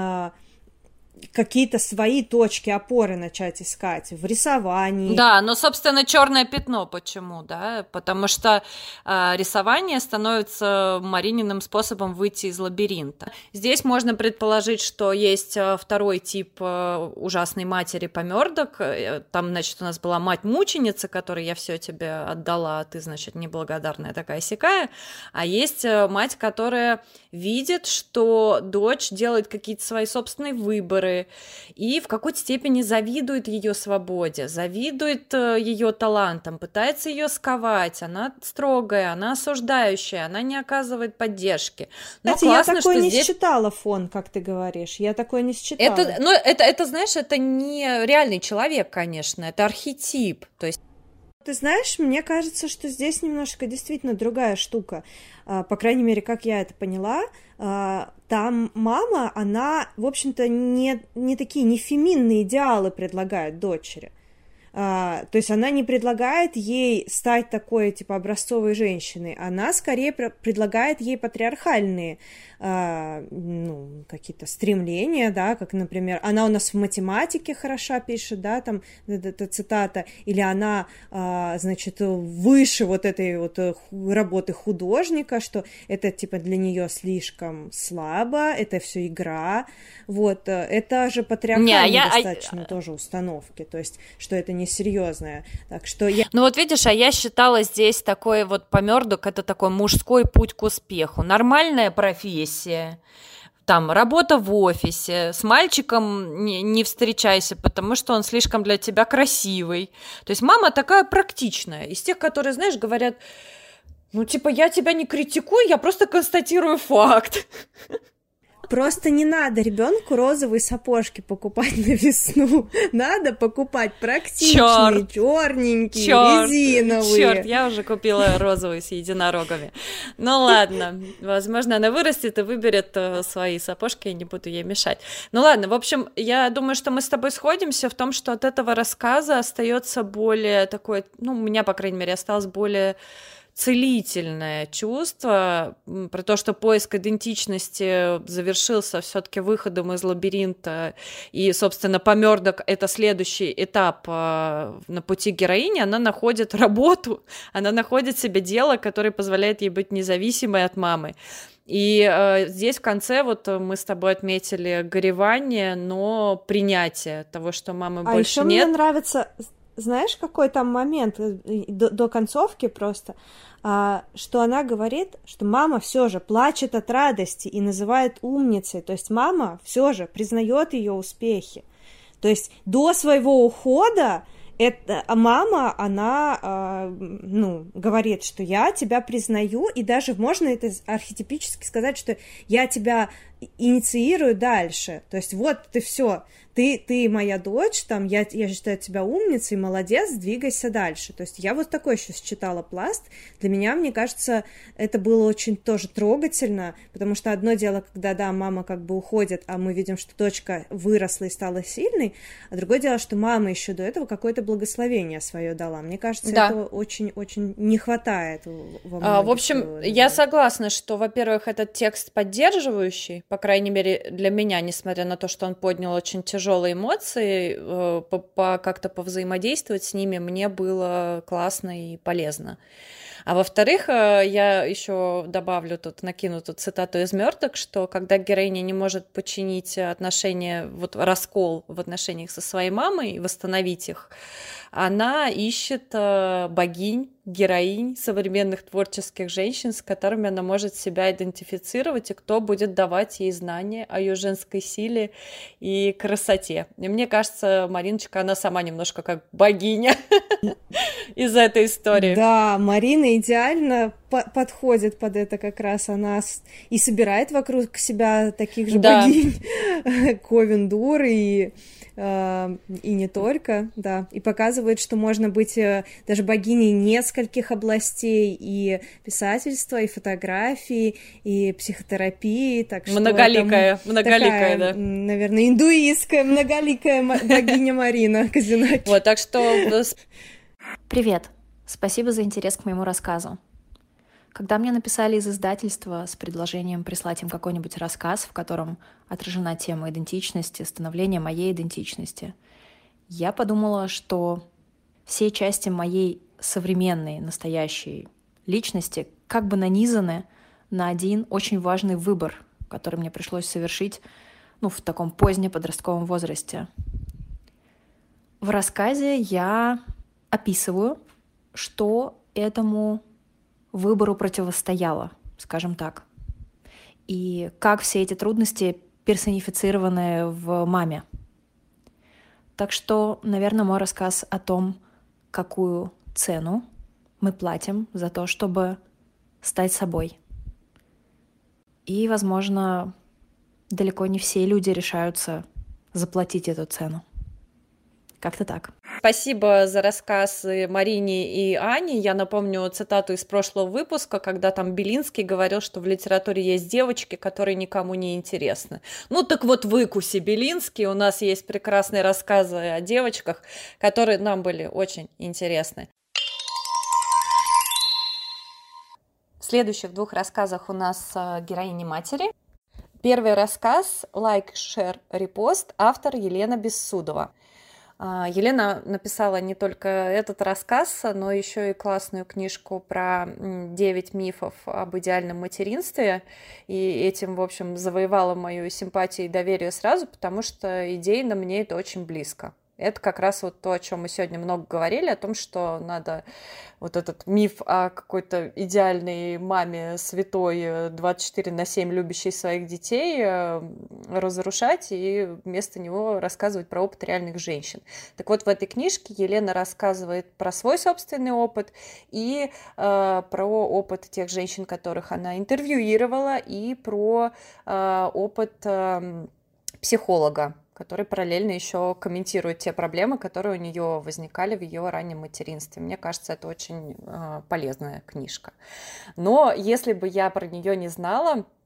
S6: какие-то свои точки опоры начать искать в рисовании.
S5: Да, но, собственно, черное пятно почему, да? Потому что рисование становится Марининым способом выйти из лабиринта. Здесь можно предположить, что есть второй тип ужасной матери по Мёрдок. Там, значит, у нас была мать-мученица, которой я все тебе отдала, а ты, значит, неблагодарная такая-сякая. А есть мать, которая видит, что дочь делает какие-то свои собственные выборы, и в какой-то степени завидует ее свободе, завидует ее талантам, пытается ее сковать. Она строгая, она осуждающая, она не оказывает поддержки. Но
S6: кстати,
S5: классно,
S6: я такое
S5: что
S6: не
S5: здесь...
S6: считала, фон, как ты говоришь. Я такое не считала.
S5: Это, знаешь, это не реальный человек, конечно, это архетип. То есть...
S6: Ты знаешь, мне кажется, что здесь немножко действительно другая штука. По крайней мере, как я это поняла, там мама, она, в общем-то, не такие, не феминные идеалы предлагает дочери. То есть она не предлагает ей стать такой, типа, образцовой женщиной, она скорее предлагает ей патриархальные какие-то стремления, да, как, например, она у нас в математике хороша пишет, да, там, это цитата, или она, значит, выше вот этой вот работы художника, что это, типа, для нее слишком слабо, это все игра, вот, это же патриархальные достаточно тоже установки, то есть, что это несерьезное, так что я...
S5: Ну вот видишь, а я считала здесь такой вот по Мёрдок, это такой мужской путь к успеху, нормальная профессия, там, работа в офисе, с мальчиком не встречайся, потому что он слишком для тебя красивый. То есть мама такая практичная, из тех, которые, знаешь, говорят, ну, типа, я тебя не критикую, я просто констатирую факт.
S6: Просто не надо ребенку розовые сапожки покупать на весну. Надо покупать практичные, черненькие, резиновые.
S5: Черт, я уже купила розовые с единорогами. Ну ладно, возможно, она вырастет и выберет свои сапожки, я не буду ей мешать. Ну ладно, в общем, я думаю, что мы с тобой сходимся в том, что от этого рассказа остается более такой, ну, у меня, по крайней мере, осталось более целительное чувство, про то, что поиск идентичности завершился все-таки выходом из лабиринта, и, собственно, помёрдок — это следующий этап на пути героини. Она находит работу, она находит себе дело, которое позволяет ей быть независимой от мамы. И здесь в конце вот мы с тобой отметили горевание, но принятие того, что мамы больше
S6: еще
S5: нет.
S6: Мне нравится, знаешь, какой там момент до концовки просто, что она говорит, что мама все же плачет от радости и называет умницей, то есть мама все же признает ее успехи. То есть до своего ухода мама, она, говорит, что я тебя признаю, и даже можно это архетипически сказать, что я тебя инициирую дальше. То есть вот ты все, ты моя дочь, там, я считаю тебя умницей, молодец, двигайся дальше. То есть я вот такой еще считала пласт. Для меня, мне кажется, это было очень тоже трогательно, потому что одно дело, когда, да, мама как бы уходит, а мы видим, что дочка выросла и стала сильной, а другое дело, что мама еще до этого какое-то благословение свое дала. Мне кажется,
S5: да.
S6: этого очень-очень не хватает во многих.
S5: В общем, я согласна, что, во-первых, этот текст поддерживающий, по крайней мере, для меня, несмотря на то, что он поднял очень тяжелые эмоции, как-то повзаимодействовать с ними мне было классно и полезно. А во-вторых, я еще добавлю тут, накину тут цитату из «Мёртвых», что когда героиня не может починить отношения, вот раскол в отношениях со своей мамой и восстановить их, она ищет богинь, героинь, современных творческих женщин, с которыми она может себя идентифицировать, и кто будет давать ей знания о ее женской силе и красоте. И мне кажется, Мариночка, она сама немножко как богиня из этой истории.
S6: Да, Марина идеально подходит под это как раз. Она и собирает вокруг себя таких же богинь, Ковендур и не только, да, и показывает, что можно быть даже богиней нескольких областей, и писательства, и фотографии, и психотерапии, так что
S5: многоликая,
S6: такая,
S5: да.
S6: Наверное, индуистская, многоликая богиня Марина Козинаки.
S5: Вот, так что...
S4: Привет! Спасибо за интерес к моему рассказу. Когда мне написали из издательства с предложением прислать им какой-нибудь рассказ, в котором отражена тема идентичности, становления моей идентичности, я подумала, что все части моей современной, настоящей личности как бы нанизаны на один очень важный выбор, который мне пришлось совершить, в таком позднеподростковом возрасте. В рассказе я описываю, что этому выбору противостояло, скажем так. И как все эти трудности персонифицированы в маме. Так что, наверное, мой рассказ о том, какую цену мы платим за то, чтобы стать собой. И, возможно, далеко не все люди решаются заплатить эту цену. Как-то так.
S5: Спасибо за рассказ Марине и Ане. Я напомню цитату из прошлого выпуска, когда там Белинский говорил, что в литературе есть девочки, которые никому не интересны. Так вот, выкуси, Белинский, у нас есть прекрасные рассказы о девочках, которые нам были очень интересны. В следующих 2 рассказах у нас героини матери. Первый рассказ «Лайк, шер, репост», автор Елена Бессудова. Елена написала не только этот рассказ, но еще и классную книжку про 9 мифов об идеальном материнстве, и этим, в общем, завоевала мою симпатию и доверие сразу, потому что идейно мне это очень близко. Это как раз вот то, о чем мы сегодня много говорили, о том, что надо вот этот миф о какой-то идеальной маме святой 24/7 любящей своих детей разрушать и вместо него рассказывать про опыт реальных женщин. Так вот, в этой книжке Елена рассказывает про свой собственный опыт и про опыт тех женщин, которых она интервьюировала, и про опыт психолога, который параллельно еще комментирует те проблемы, которые у нее возникали в ее раннем материнстве. Мне кажется, это очень полезная книжка. Но если бы я про нее не знала,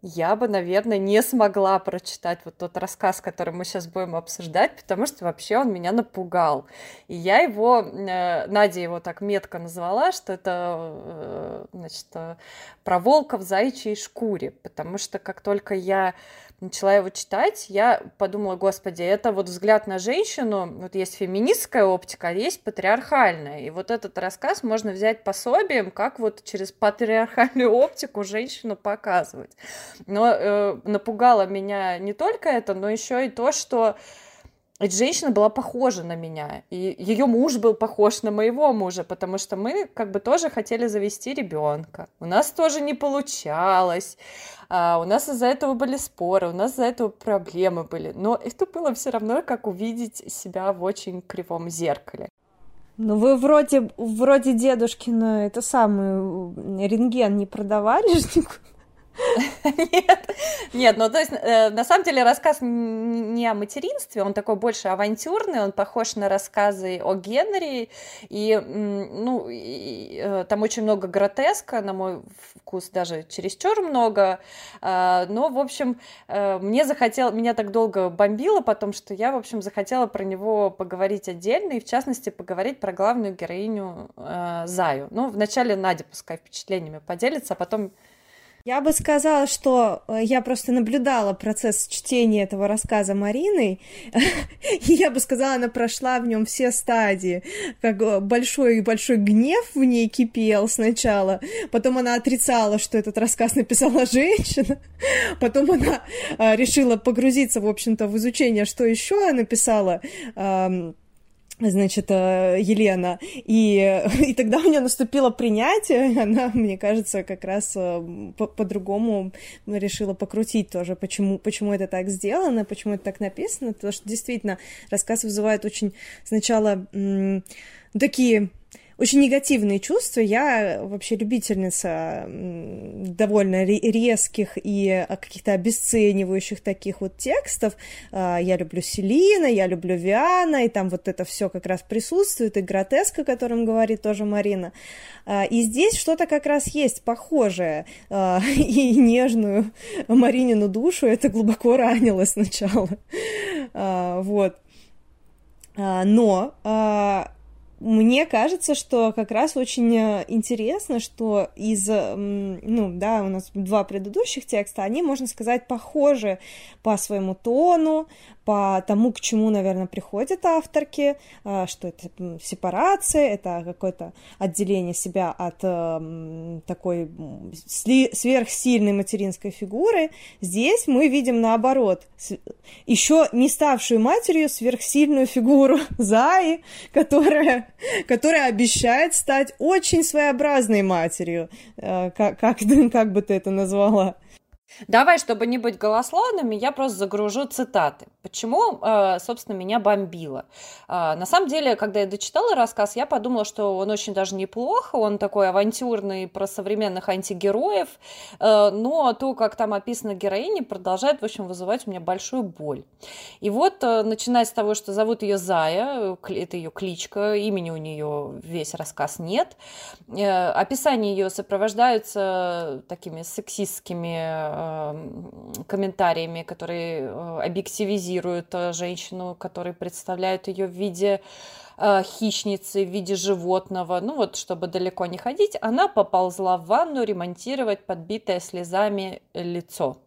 S5: я бы, наверное, не смогла прочитать вот тот рассказ, который мы сейчас будем обсуждать, потому что вообще он меня напугал. И я его, Надя его так метко назвала, что это, значит, про волка в заячьей шкуре, потому что как только я начала его читать, я подумала, господи, это вот взгляд на женщину, вот есть феминистская оптика, а есть патриархальная, и вот этот рассказ можно взять пособием, как вот через патриархальную оптику женщину показывать. Но напугало меня не только это, но еще и то, что эта женщина была похожа на меня, и ее муж был похож на моего мужа, потому что мы как бы тоже хотели завести ребенка. У нас тоже не получалось, у нас из-за этого были споры, у нас из-за этого проблемы были, но это было все равно, как увидеть себя в очень кривом зеркале.
S6: Ну, вы вроде дедушкина, это самый рентген не продавали же никуда?
S5: Нет, ну то есть на самом деле рассказ не о материнстве, он такой больше авантюрный, он похож на рассказы о Генри, и, ну, там очень много гротеска, на мой вкус даже чересчур много, но, в общем, меня так долго бомбило потом, что я, в общем, захотела про него поговорить отдельно, и в частности поговорить про главную героиню Заю. Ну, вначале Надя пускай впечатлениями поделится, а потом...
S6: Я бы сказала, что я просто наблюдала процесс чтения этого рассказа Мариной, и я бы сказала, она прошла в нем все стадии, как большой-большой гнев в ней кипел сначала, потом она отрицала, что этот рассказ написала женщина, потом она решила погрузиться, в общем-то, в изучение, что еще написала значит, Елена, и тогда у нее наступило принятие, она, мне кажется, как раз по-другому решила покрутить тоже, почему это так сделано, почему это так написано, потому что действительно рассказ вызывает очень сначала такие... очень негативные чувства. Я вообще любительница довольно резких и каких-то обесценивающих таких вот текстов. Я люблю Селина, я люблю Виана, и там вот это все как раз присутствует, и гротеск, о котором говорит тоже Марина. И здесь что-то как раз есть похожее, и нежную Маринину душу это глубоко ранило сначала. Вот. Но... Мне кажется, что как раз очень интересно, что ну да, у нас два предыдущих текста, они, можно сказать, похожи по своему тону, по тому, к чему, наверное, приходят авторки, что это сепарация, это какое-то отделение себя от такой сверхсильной материнской фигуры. Здесь мы видим наоборот, еще не ставшую матерью сверхсильную фигуру Заи, которая обещает стать очень своеобразной матерью, как бы ты это назвала.
S5: Давай, чтобы не быть голословными, я просто загружу цитаты. Почему, собственно, меня бомбило? На самом деле, когда я дочитала рассказ, я подумала, что он очень даже неплохо, он такой авантюрный про современных антигероев, но то, как там описана героиня, продолжает, в общем, вызывать у меня большую боль. И вот, начиная с того, что зовут ее Зая, это ее кличка, имени у нее весь рассказ нет, описания ее сопровождаются такими сексистскими комментариями, которые объективизируют женщину, которые представляют ее в виде хищницы, в виде животного. Ну вот, чтобы далеко не ходить, она поползла в ванну ремонтировать подбитое слезами лицо.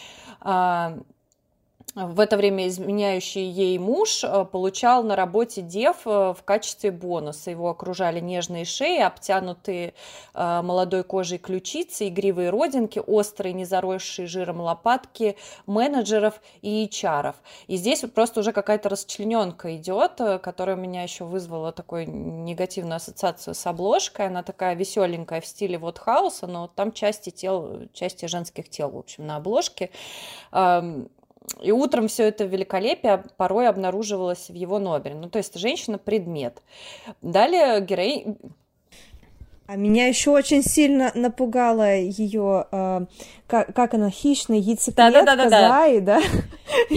S5: В это время изменяющий ей муж получал на работе дев в качестве бонуса. Его окружали нежные шеи, обтянутые молодой кожей ключицы, игривые родинки, острые, не заросшие жиром лопатки менеджеров и HR-ов. И здесь просто уже какая-то расчлененка идет, которая у меня еще вызвала такую негативную ассоциацию с обложкой. Она такая веселенькая в стиле Вотхауса, но там части женских тел, в общем, на обложке. И утром все это великолепие порой обнаруживалось в его номере. Ну, то есть женщина-предмет. Далее героиня...
S6: А меня еще очень сильно напугала ее, как она, хищная яйцеклетка Заи, да?
S5: И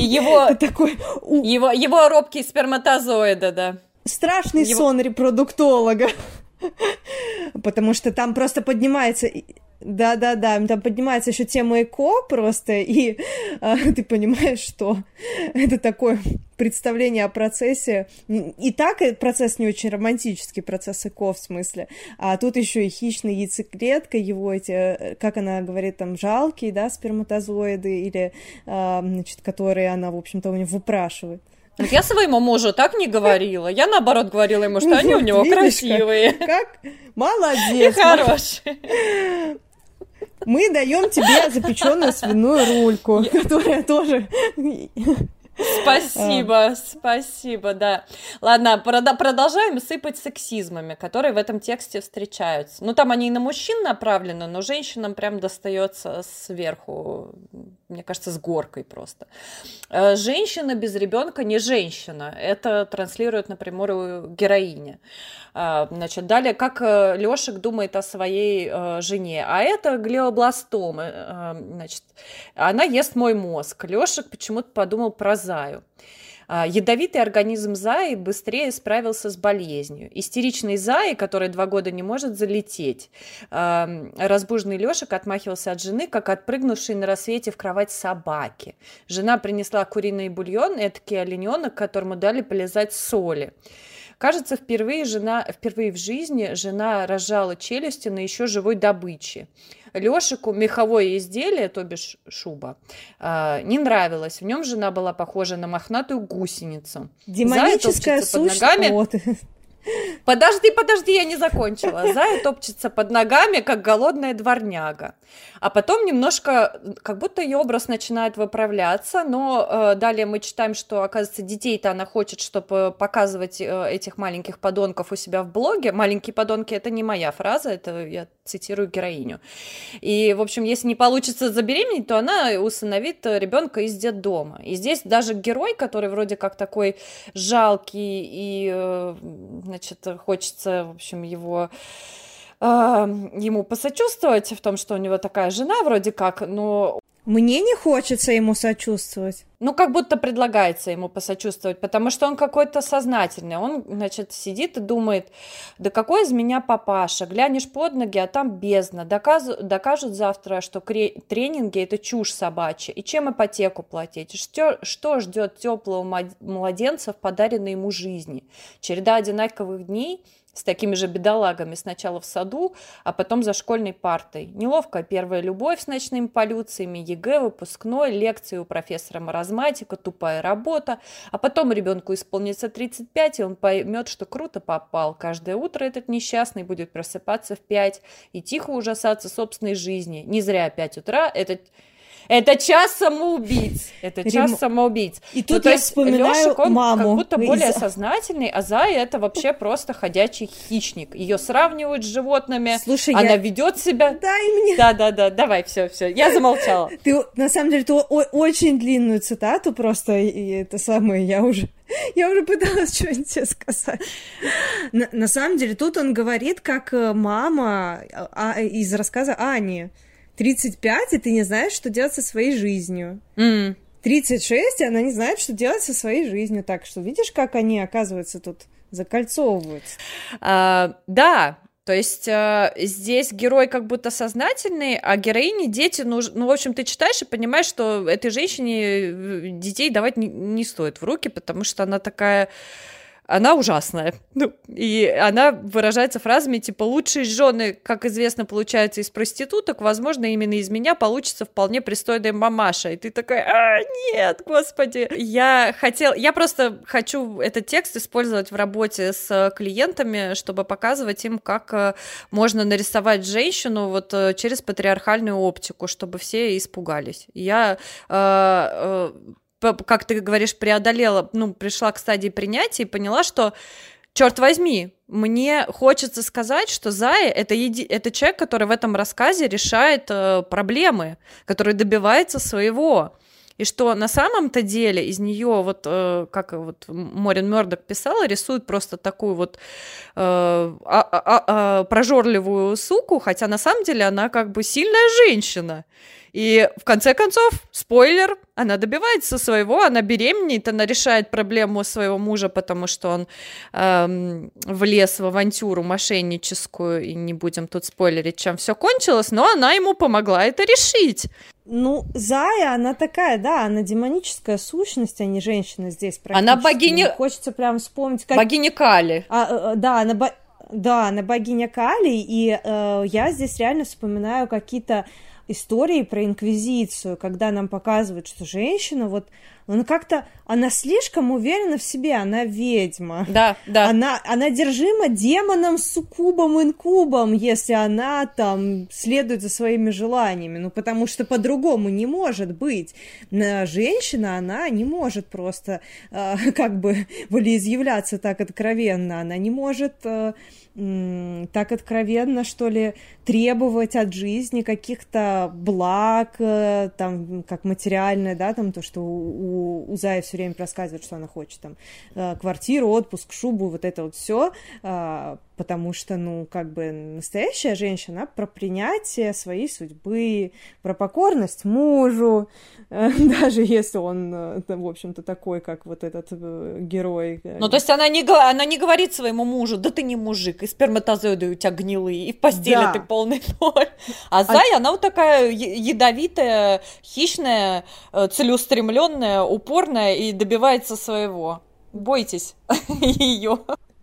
S5: его робкие сперматозоиды, да.
S6: Страшный сон репродуктолога. Потому что там просто поднимается... Да-да-да, там поднимается еще тема эко просто, и ты понимаешь, что это такое представление о процессе. И так процесс не очень романтический, процесс эко в смысле, а тут еще и хищная яйцеклетка, его эти, как она говорит, там, жалкие, да, сперматозоиды, или, значит, которые она, в общем-то, у него выпрашивает.
S5: Я своему мужу так не говорила. Я, наоборот, говорила ему, что они у него красивые.
S6: Как? Молодец.
S5: И хорошие.
S6: Мы даем тебе запеченную свиную рульку, которая тоже...
S5: Спасибо, да. Ладно, продолжаем сыпать сексизмами, которые в этом тексте встречаются. Ну, там они и на мужчин направлены, но женщинам прям достается сверху, мне кажется, с горкой просто. Женщина без ребенка не женщина. Это транслирует напрямую героиня. Значит, далее, как Лёшек думает о своей жене. А это глиобластома. Значит, она ест мой мозг. Лёшек почему-то подумал про Заю. Ядовитый организм Заи быстрее справился с болезнью. Истеричный Заи, который 2 года не может залететь. Разбуженный Лёшек отмахивался от жены, как отпрыгнувший на рассвете в кровать собаки. Жена принесла куриный бульон, этакий оленёнок, которому дали полезать соли. Кажется, впервые в жизни жена разжала челюсти на еще живой добыче. Лёшику меховое изделие, то бишь шуба, не нравилось. В нем жена была похожа на мохнатую гусеницу.
S6: Демоническая сущность.
S5: Подожди, я не закончила. Зая топчется под ногами, как голодная дворняга. А потом немножко, как будто ее образ начинает выправляться, но далее мы читаем, что, оказывается, детей-то она хочет, чтобы показывать этих маленьких подонков у себя в блоге. Маленькие подонки — это не моя фраза, это я цитирую героиню. И, в общем, если не получится забеременеть, то она усыновит ребенка из детдома. И здесь даже герой, который вроде как такой жалкий и, значит, хочется, в общем, ему посочувствовать в том, что у него такая жена вроде как, но...
S6: Мне не хочется ему сочувствовать.
S5: Ну, как будто предлагается ему посочувствовать, потому что он какой-то сознательный. Он, значит, сидит и думает, да какой из меня папаша, глянешь под ноги, а там бездна. Докажут завтра, что тренинги – это чушь собачья. И чем ипотеку платить? Что ждет теплого младенца в подаренной ему жизни? Череда одинаковых дней с такими же бедолагами сначала в саду, а потом за школьной партой. Неловкая первая любовь с ночными полюциями, ЕГЭ, выпускной, лекции у профессора маразматика, тупая работа. А потом ребенку исполнится 35, и он поймет, что круто попал. Каждое утро этот несчастный будет просыпаться в 5 и тихо ужасаться собственной жизни. Не зря 5 утра, это час самоубийц.
S6: И тут я вспоминаю
S5: Лёшек, он
S6: маму.
S5: как будто более сознательный, а Зая — это вообще просто ходячий хищник. Ее сравнивают с животными.
S6: Слушай,
S5: она ведет себя...
S6: Дай мне.
S5: Да, давай, все, я замолчала.
S6: Ты, на самом деле, ты очень длинную цитату просто, и это самое, я уже пыталась что-нибудь тебе сказать. На самом деле, тут он говорит, как мама из рассказа Ани. 35, и ты не знаешь, что делать со своей жизнью. 36, и она не знает, что делать со своей жизнью. Так что видишь, как они, оказывается, тут закольцовываются.
S5: Да, то есть здесь герой как будто сознательный, а героине дети нужны. Ну, в общем, ты читаешь и понимаешь, что этой женщине детей давать не стоит в руки, потому что она такая... Она ужасная. И она выражается фразами типа «лучшие жены, как известно, получаются из проституток, возможно, именно из меня получится вполне пристойная мамаша». И ты такая «нет, господи». Я просто хочу этот текст использовать в работе с клиентами, чтобы показывать им, как можно нарисовать женщину вот через патриархальную оптику, чтобы все испугались. Я... как ты говоришь, преодолела, пришла к стадии принятия и поняла, что, черт возьми, мне хочется сказать, что Зая — это человек, который в этом рассказе решает проблемы, который добивается своего. И что на самом-то деле из нее, вот как вот Морин Мёрдок писала, рисует просто такую вот прожорливую суку, хотя на самом деле она как бы сильная женщина. И в конце концов, спойлер, она добивается своего, она беременеет, она решает проблему своего мужа, потому что он влез в авантюру мошенническую, и не будем тут спойлерить, чем все кончилось, но она ему помогла это решить.
S6: Ну, Зая, она такая, да, она демоническая сущность, а не женщина здесь практически.
S5: Она богиня...
S6: Хочется прям вспомнить... Как...
S5: Богиня Кали.
S6: Да, она богиня Кали, и я здесь реально вспоминаю какие-то истории про инквизицию, когда нам показывают, что женщина, вот, она слишком уверена в себе, она ведьма.
S5: Да.
S6: Она одержима демоном, суккубом, инкубом, если она там следует за своими желаниями, ну, потому что по-другому не может быть. Женщина, она не может просто как бы волеизъявляться так откровенно, она не может так откровенно, что ли, требовать от жизни каких-то благ, там, как материальное, да, там, то, что у Зая все время рассказывает, что она хочет, там, квартиру, отпуск, шубу, вот это вот все, потому что, ну, как бы настоящая женщина про принятие своей судьбы, про покорность мужу, даже если он, в общем-то, такой, как вот этот герой.
S5: Ну, то есть она не говорит своему мужу, да ты не мужик, и сперматозоиды у тебя гнилые, и в постели ты полный ноль. А Зая, она вот такая ядовитая, хищная, целеустремленная, упорная и добивается своего. Бойтесь ее.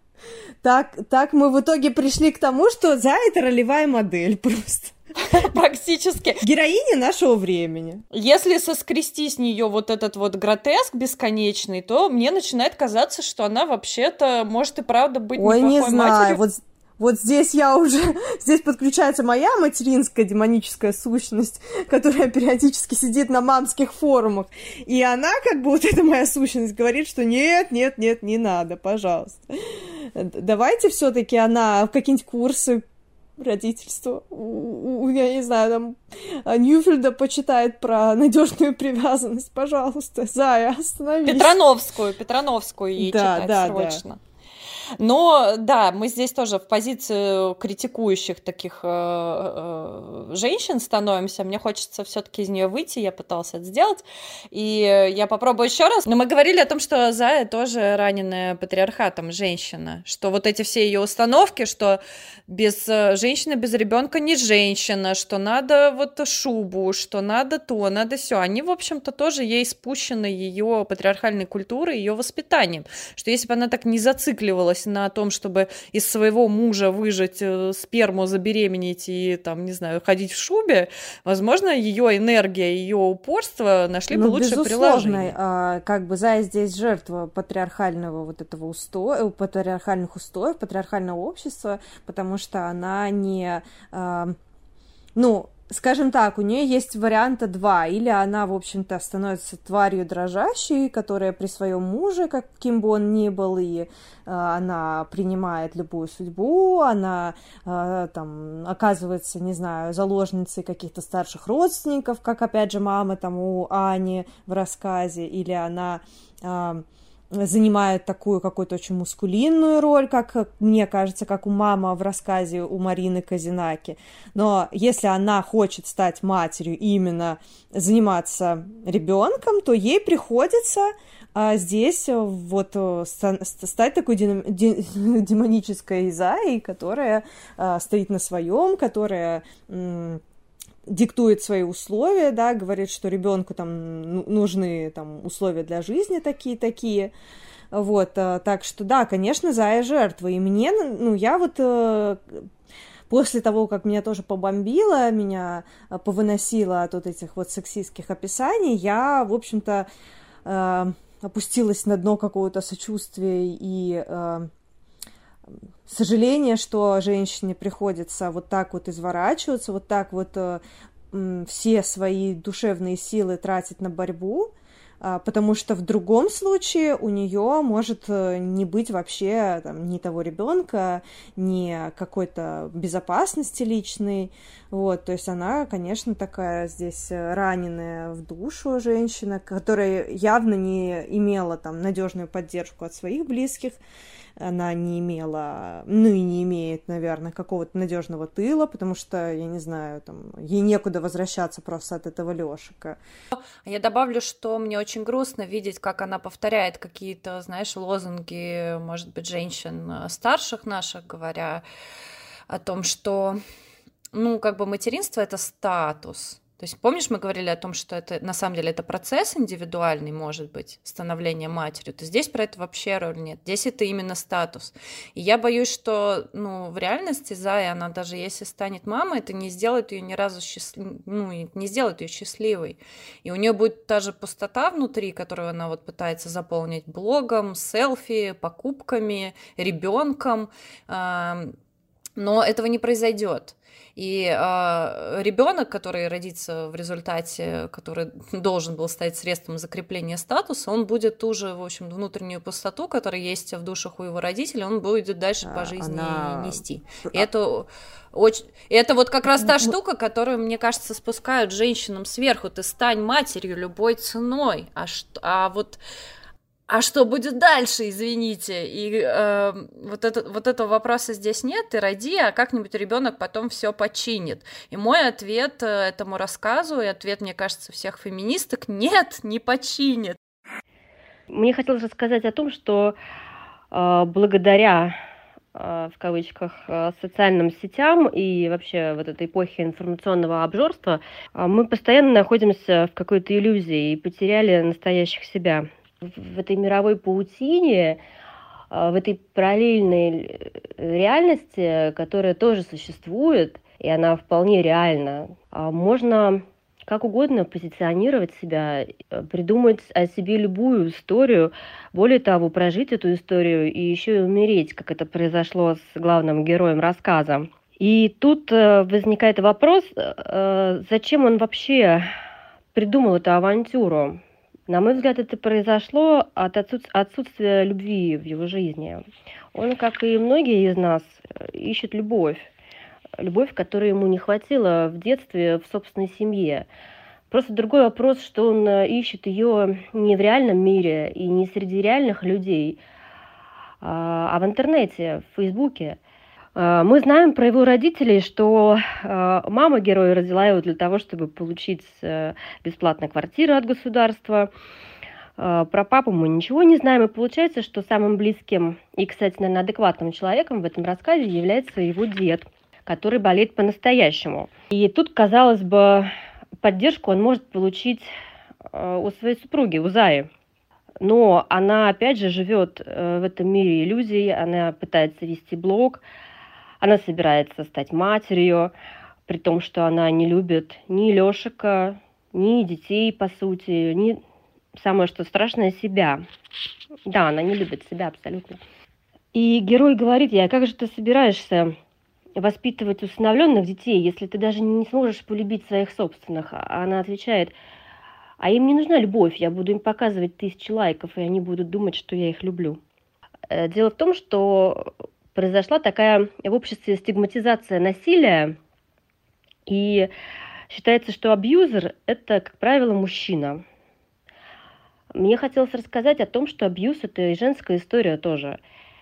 S6: Так мы в итоге пришли к тому, что Зая — это ролевая модель просто.
S5: Практически.
S6: Героиня нашего времени.
S5: Если соскрести с нее вот этот вот гротеск бесконечный, то мне начинает казаться, что она вообще-то может и правда быть неплохой матерью.
S6: Ой, не знаю, вот здесь здесь подключается моя материнская демоническая сущность, которая периодически сидит на мамских форумах, и она, как бы, вот эта моя сущность говорит, что нет, не надо, пожалуйста. Давайте все-таки она в какие-нибудь курсы родительства, я не знаю, там, Ньюфельда почитает про надежную привязанность, пожалуйста, Зая, остановись.
S5: Петрановскую ей читать срочно. Но, да, мы здесь тоже в позицию критикующих таких женщин становимся. Мне хочется все-таки из нее выйти, я пыталась это сделать, и я попробую еще раз. Но мы говорили о том, что Зая тоже раненая патриархатом женщина, что вот эти все ее установки, что без женщины, без ребенка не женщина, что надо вот шубу, что надо то, надо все. Они, в общем-то, тоже ей спущены ее патриархальной культурой, ее воспитанием. Что если бы она так не зацикливалась на том, чтобы из своего мужа выжать сперму, забеременеть и, там, не знаю, ходить в шубе, возможно, ее энергия, ее упорство нашли бы лучшее приложение.
S6: Как бы Зая здесь жертва патриархального вот этого устоя, патриархальных устоев, патриархального общества, потому что она не... скажем так, у нее есть варианта два. Или она, в общем-то, становится тварью дрожащей, которая при своем муже, каким бы он ни был, и она принимает любую судьбу, она там оказывается, не знаю, заложницей каких-то старших родственников, как, опять же, мама там у Ани в рассказе, или она... занимает такую какую-то очень мускулинную роль, как мне кажется, как у мамы в рассказе у Марины Казинаки. Но если она хочет стать матерью и именно заниматься ребенком, то ей приходится здесь вот стать такой демонической Заей, которая стоит на своем, которая... диктует свои условия, да, говорит, что ребенку там нужны там условия для жизни такие. Вот, так что, да, конечно, Зая жертва. И мне, я вот после того, как меня тоже побомбило, меня повыносило от вот этих вот сексистских описаний, я, в общем-то, опустилась на дно какого-то сочувствия и сожаление, что женщине приходится вот так вот изворачиваться, вот так вот все свои душевные силы тратить на борьбу, потому что в другом случае у нее может не быть вообще там, ни того ребенка, ни какой-то безопасности личной. Вот, то есть она, конечно, такая здесь раненая в душу женщина, которая явно не имела там надежную поддержку от своих близких. Она не имела, ну и не имеет, наверное, какого-то надежного тыла, потому что, я не знаю, там, ей некуда возвращаться просто от этого Лёшика.
S5: Я добавлю, что мне очень грустно видеть, как она повторяет какие-то, знаешь, лозунги, может быть, женщин старших наших, говоря о том, что, ну, как бы материнство — это статус. То есть, помнишь, мы говорили о том, что это на самом деле это процесс индивидуальный, может быть, становление матерью, то здесь про это вообще роль нет. Здесь это именно статус. И я боюсь, что, ну, в реальности Зая, она даже если станет мамой, это не сделает ее ни разу не сделает ее счастливой. И у нее будет та же пустота внутри, которую она вот пытается заполнить блогом, селфи, покупками, ребенком. Но этого не произойдет. И ребенок, который родится в результате, который должен был стать средством закрепления статуса, он будет ту же, в общем, внутреннюю пустоту, которая есть в душах у его родителей, он будет дальше по жизни нести. И это вот как раз та штука, которую, мне кажется, спускают женщинам сверху. Ты стань матерью любой ценой. А что будет дальше, извините? И вот этого вопроса здесь нет, ты роди, а как-нибудь ребенок потом все починит. И мой ответ этому рассказу, и ответ, мне кажется, всех феминисток: нет, не починит.
S3: Мне хотелось рассказать о том, что благодаря, в кавычках, социальным сетям и вообще вот этой эпохе информационного обжорства мы постоянно находимся в какой-то иллюзии и потеряли настоящих себя. В этой мировой паутине, в этой параллельной реальности, которая тоже существует, и она вполне реальна, можно как угодно позиционировать себя, придумать о себе любую историю, более того, прожить эту историю и еще и умереть, как это произошло с главным героем рассказа. И тут возникает вопрос, зачем он вообще придумал эту авантюру? На мой взгляд, это произошло от отсутствия любви в его жизни. Он, как и многие из нас, ищет любовь. Любовь, которой ему не хватило в детстве в собственной семье. Просто другой вопрос, что он ищет ее не в реальном мире и не среди реальных людей, а в интернете, в Фейсбуке. Мы знаем про его родителей, что мама героя родила его для того, чтобы получить бесплатную квартиру от государства. Про папу мы ничего не знаем, и получается, что самым близким и, кстати, наверное, адекватным человеком в этом рассказе является его дед, который болеет по-настоящему. И тут, казалось бы, поддержку он может получить у своей супруги, у Заи. Но она, опять же, живет в этом мире иллюзий, она пытается вести блог, она собирается стать матерью, при том, что она не любит ни Лёшика, ни детей, по сути, ни, самое что страшное, себя. Да, она не любит себя абсолютно. И герой говорит ей: а как же ты собираешься воспитывать усыновленных детей, если ты даже не сможешь полюбить своих собственных? А она отвечает: а им не нужна любовь, я буду им показывать 1000 лайков, и они будут думать, что я их люблю. Дело в том, что произошла такая в обществе стигматизация насилия, и считается, что абьюзер – это, как правило, мужчина. Мне хотелось рассказать о том, что абьюз – это и женская история тоже.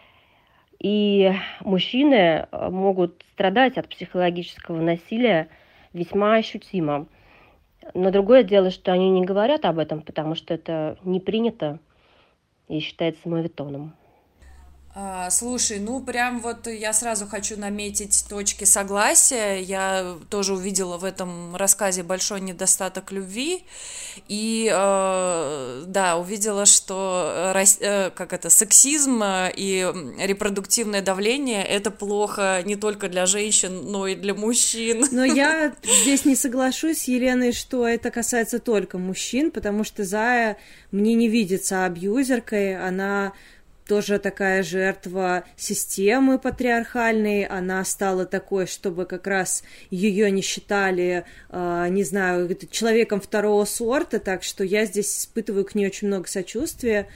S3: И мужчины могут страдать от психологического насилия весьма ощутимо. Но другое дело, что они не говорят об этом, потому что это не принято и считается моветоном.
S5: Слушай, ну прям вот я сразу хочу наметить точки согласия. Я тоже увидела в этом рассказе большой недостаток любви. И да, увидела, что сексизм и репродуктивное давление — это плохо не только для женщин, но и для мужчин.
S6: Но я здесь не соглашусь с Еленой, что это касается только мужчин, потому что Зая мне не видится абьюзеркой, она тоже такая жертва системы патриархальной, она стала такой, чтобы как раз ее не считали, не знаю, человеком второго сорта, так что я здесь испытываю к ней очень много сочувствия.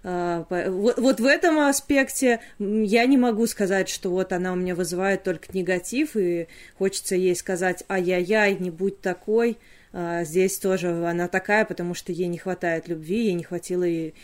S6: Вот в этом аспекте я не могу сказать, что вот она у меня вызывает только негатив, и хочется ей сказать ай-яй-яй, не будь такой. Здесь тоже она такая, потому что ей не хватает любви, ей не хватило ее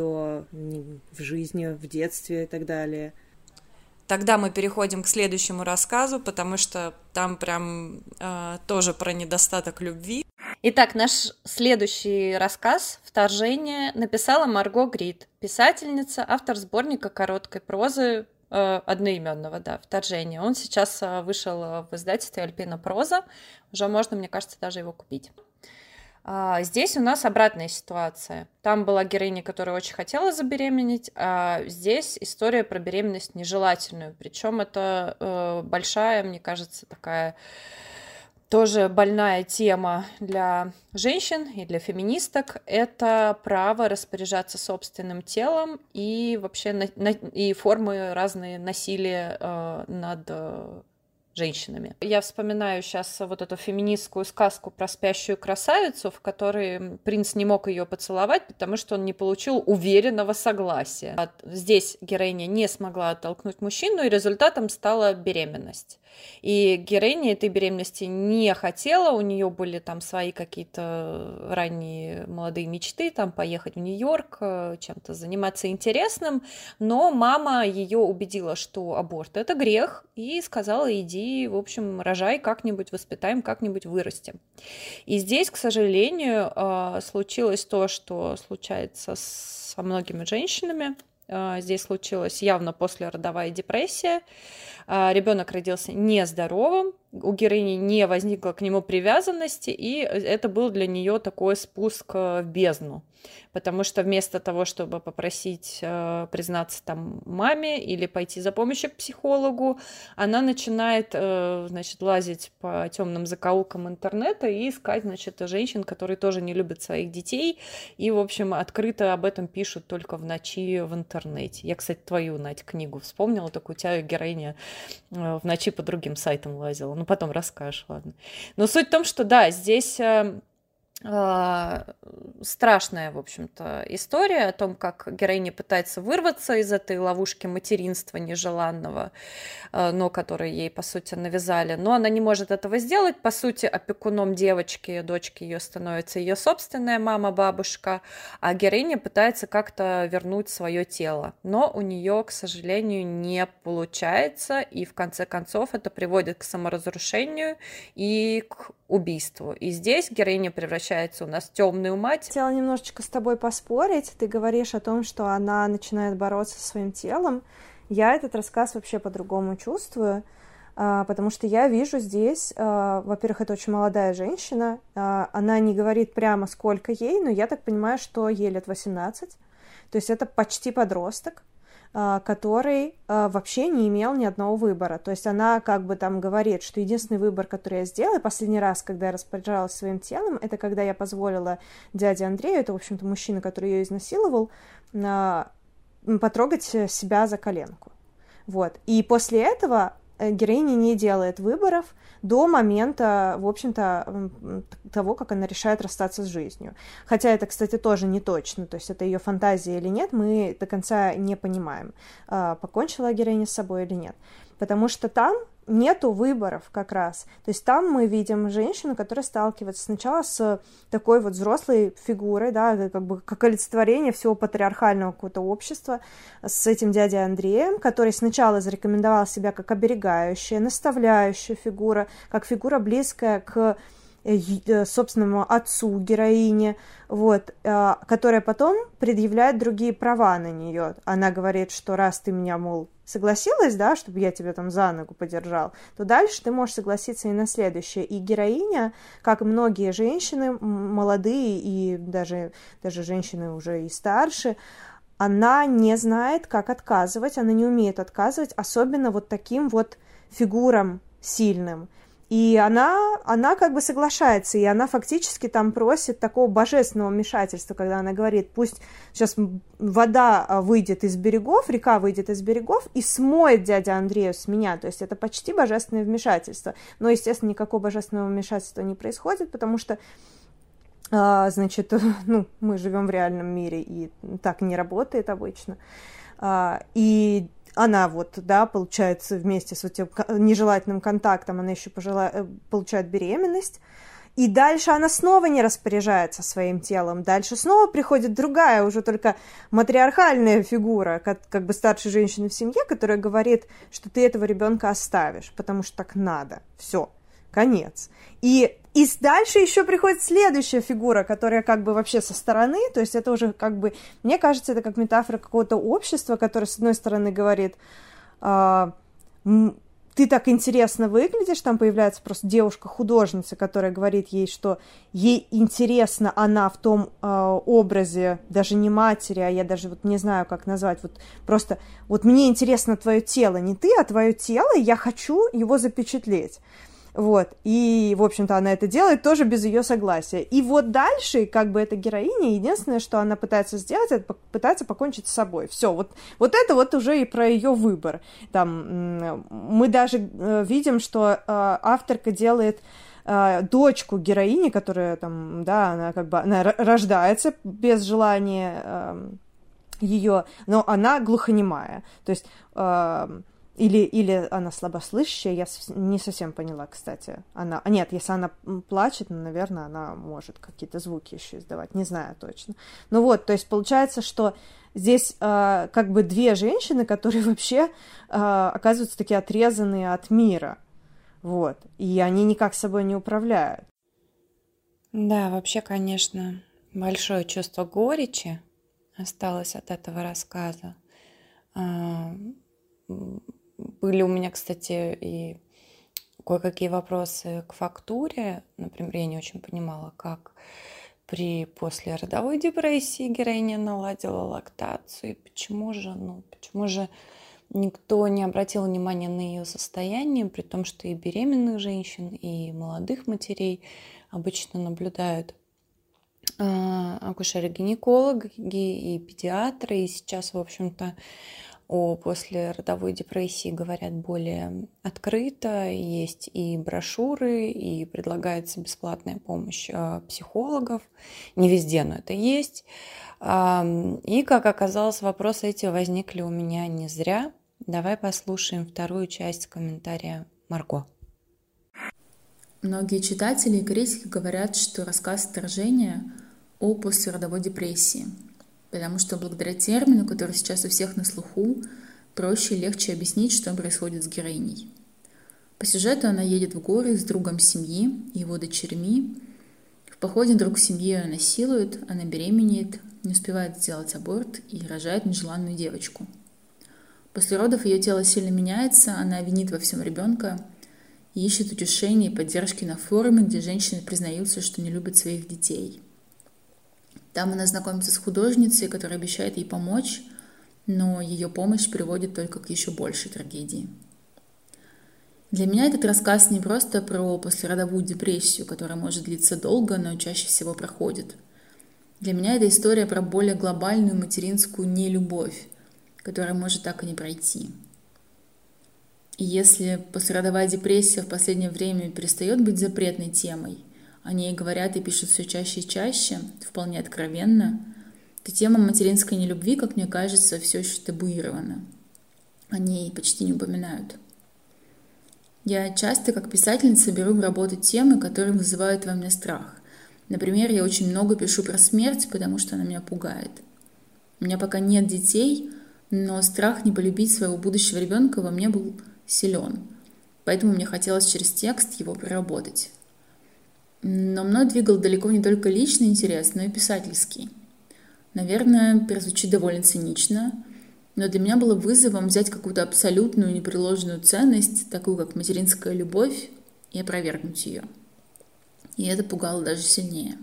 S6: в жизни, в детстве и так далее.
S5: Тогда мы переходим к следующему рассказу, потому что там прям тоже про недостаток любви. Итак, наш следующий рассказ «Вторжение» написала Марго Грид, писательница, автор сборника короткой прозы одноименного, да, «Вторжение». Он сейчас вышел в издательстве «Альпина проза». Уже можно, мне кажется, даже его купить. Здесь у нас обратная ситуация. Там была героиня, которая очень хотела забеременеть, а здесь история про беременность нежелательную. Причем это большая, мне кажется, такая тоже больная тема для женщин и для феминисток. Это право распоряжаться собственным телом и вообще и формы разные насилия над женщинами. Я вспоминаю сейчас вот эту феминистскую сказку про спящую красавицу, в которой принц не мог ее поцеловать, потому что он не получил уверенного согласия. Здесь героиня не смогла оттолкнуть мужчину, и результатом стала беременность. И героиня этой беременности не хотела, у нее были там свои какие-то ранние молодые мечты, там поехать в Нью-Йорк, чем-то заниматься интересным, но мама ее убедила, что аборт — это грех, и сказала: иди, в общем, рожай как-нибудь, воспитаем, как-нибудь вырастем. И здесь, к сожалению, случилось то, что случается со многими женщинами. Здесь случилась явно послеродовая депрессия. Ребенок родился нездоровым, у героини не возникло к нему привязанности, и это был для нее такой спуск в бездну. Потому что вместо того, чтобы попросить признаться там маме или пойти за помощью к психологу, она начинает, значит, лазить по темным закоулкам интернета и искать, значит, женщин, которые тоже не любят своих детей, и, в общем, открыто об этом пишут только в ночи в интернете. Я, кстати, твою, Надь, книгу вспомнила, такую, у тебя героиня в ночи по другим сайтам лазила. Ну, потом расскажешь, ладно. Но суть в том, что, да, здесь страшная, в общем-то, история о том, как героиня пытается вырваться из этой ловушки материнства нежеланного, но которую ей, по сути, навязали. Но она не может этого сделать. По сути, опекуном девочки, дочки ее становится ее собственная мама, бабушка, а героиня пытается как-то вернуть свое тело. Но у нее, к сожалению, не получается, и в конце концов это приводит к саморазрушению и к убийству. И здесь героиня превращается у нас в темную мать.
S6: Хотела немножечко с тобой поспорить. Ты говоришь о том, что она начинает бороться со своим телом. Я этот рассказ вообще по-другому чувствую, потому что я вижу здесь, во-первых, это очень молодая женщина, она не говорит прямо, сколько ей, но я так понимаю, что ей лет 18, то есть это почти подросток, который вообще не имел ни одного выбора. То есть она как бы там говорит, что единственный выбор, который я сделала последний раз, когда я распоряжалась своим телом, это когда я позволила дяде Андрею, это, в общем-то, мужчина, который ее изнасиловал, потрогать себя за коленку. Вот. И после этого героиня не делает выборов до момента, в общем-то, того, как она решает расстаться с жизнью. Хотя это, кстати, тоже не точно, то есть это ее фантазия или нет, мы до конца не понимаем, покончила героиня с собой или нет. Потому что там нету выборов как раз. То есть там мы видим женщину, которая сталкивается сначала с такой вот взрослой фигурой, да, как бы как олицетворение всего патриархального какого-то общества, с этим дядей Андреем, который сначала зарекомендовал себя как оберегающая, наставляющая фигура, как фигура близкая к собственному отцу героини, вот, которая потом предъявляет другие права на нее. Она говорит, что раз ты меня, мол, согласилась, да, чтобы я тебя там за ногу подержал, то дальше ты можешь согласиться и на следующее. И героиня, как и многие женщины, молодые и даже женщины уже и старше, она не знает, как отказывать, она не умеет отказывать, особенно вот таким вот фигурам сильным. И она как бы соглашается, и она фактически там просит такого божественного вмешательства, когда она говорит, пусть сейчас вода выйдет из берегов, река выйдет из берегов и смоет дядю Андрею с меня. То есть это почти божественное вмешательство. Но, естественно, никакого божественного вмешательства не происходит, потому что, значит, мы живем в реальном мире, и так не работает обычно. И она получается, вместе с этим нежелательным контактом, она еще получает беременность. И дальше она снова не распоряжается своим телом. Дальше снова приходит другая, уже только матриархальная фигура, как бы старшей женщины в семье, которая говорит, что ты этого ребенка оставишь, потому что так надо. Все, конец. И дальше еще приходит следующая фигура, которая как бы вообще со стороны, то есть это уже как бы, мне кажется, это как метафора какого-то общества, которое, с одной стороны, говорит, ты так интересно выглядишь, там появляется просто девушка-художница, которая говорит ей, что ей интересна она в том образе, даже не матери, а я даже не знаю, как назвать, просто мне интересно твое тело, не ты, а твое тело, и я хочу его запечатлеть. И, в общем-то, она это делает тоже без ее согласия. И дальше, как бы, эта героиня, единственное, что она пытается сделать, это пытается покончить с собой. Все, это уже и про ее выбор. Там, мы даже видим, что авторка делает дочку героини, которая там, она рождается без желания ее, но она глухонемая. То есть... Или она слабослышащая, я не совсем поняла, кстати. Нет, если она плачет, наверное, она может какие-то звуки еще издавать, не знаю точно. То есть получается, что здесь как бы две женщины, которые вообще оказываются такие отрезанные от мира, и они никак собой не управляют.
S5: Да, вообще, конечно, большое чувство горечи осталось от этого рассказа. Были у меня, кстати, и кое-какие вопросы к фактуре. Например, я не очень понимала, как при послеродовой депрессии героиня наладила лактацию, и почему же никто не обратил внимания на ее состояние, при том, что и беременных женщин, и молодых матерей обычно наблюдают акушеры-гинекологи и педиатры, и сейчас, в общем-то, о послеродовой депрессии говорят более открыто, есть и брошюры, и предлагается бесплатная помощь психологов, не везде, но это есть. И, как оказалось, вопросы эти возникли у меня не зря. Давай послушаем вторую часть комментария Марго.
S2: Многие читатели и критики говорят, что рассказ «Вторжение» о послеродовой депрессии, потому что благодаря термину, который сейчас у всех на слуху, проще и легче объяснить, что происходит с героиней. По сюжету она едет в горы с другом семьи и его дочерьми. В походе друг семьи ее насилует, она беременеет, не успевает сделать аборт и рожает нежеланную девочку. После родов ее тело сильно меняется, она винит во всем ребенка и ищет утешения и поддержки на форуме, где женщины признаются, что не любят своих детей. Там она знакомится с художницей, которая обещает ей помочь, но ее помощь приводит только к еще большей трагедии. Для меня этот рассказ не просто про послеродовую депрессию, которая может длиться долго, но чаще всего проходит. Для меня это история про более глобальную материнскую нелюбовь, которая может так и не пройти. И если послеродовая депрессия в последнее время перестает быть запретной темой, о ней говорят и пишут все чаще и чаще, вполне откровенно, то тема материнской нелюбви, как мне кажется, все еще табуирована. О ней почти не упоминают. Я часто, как писательница, беру в работу темы, которые вызывают во мне страх. Например, я очень много пишу про смерть, потому что она меня пугает. У меня пока нет детей, но страх не полюбить своего будущего ребенка во мне был силен. Поэтому мне хотелось через текст его проработать. Но мной двигал далеко не только личный интерес, но и писательский. Наверное, прозвучит довольно цинично, но для меня было вызовом взять какую-то абсолютную непреложную ценность, такую как материнская любовь, и опровергнуть ее. И это пугало даже сильнее.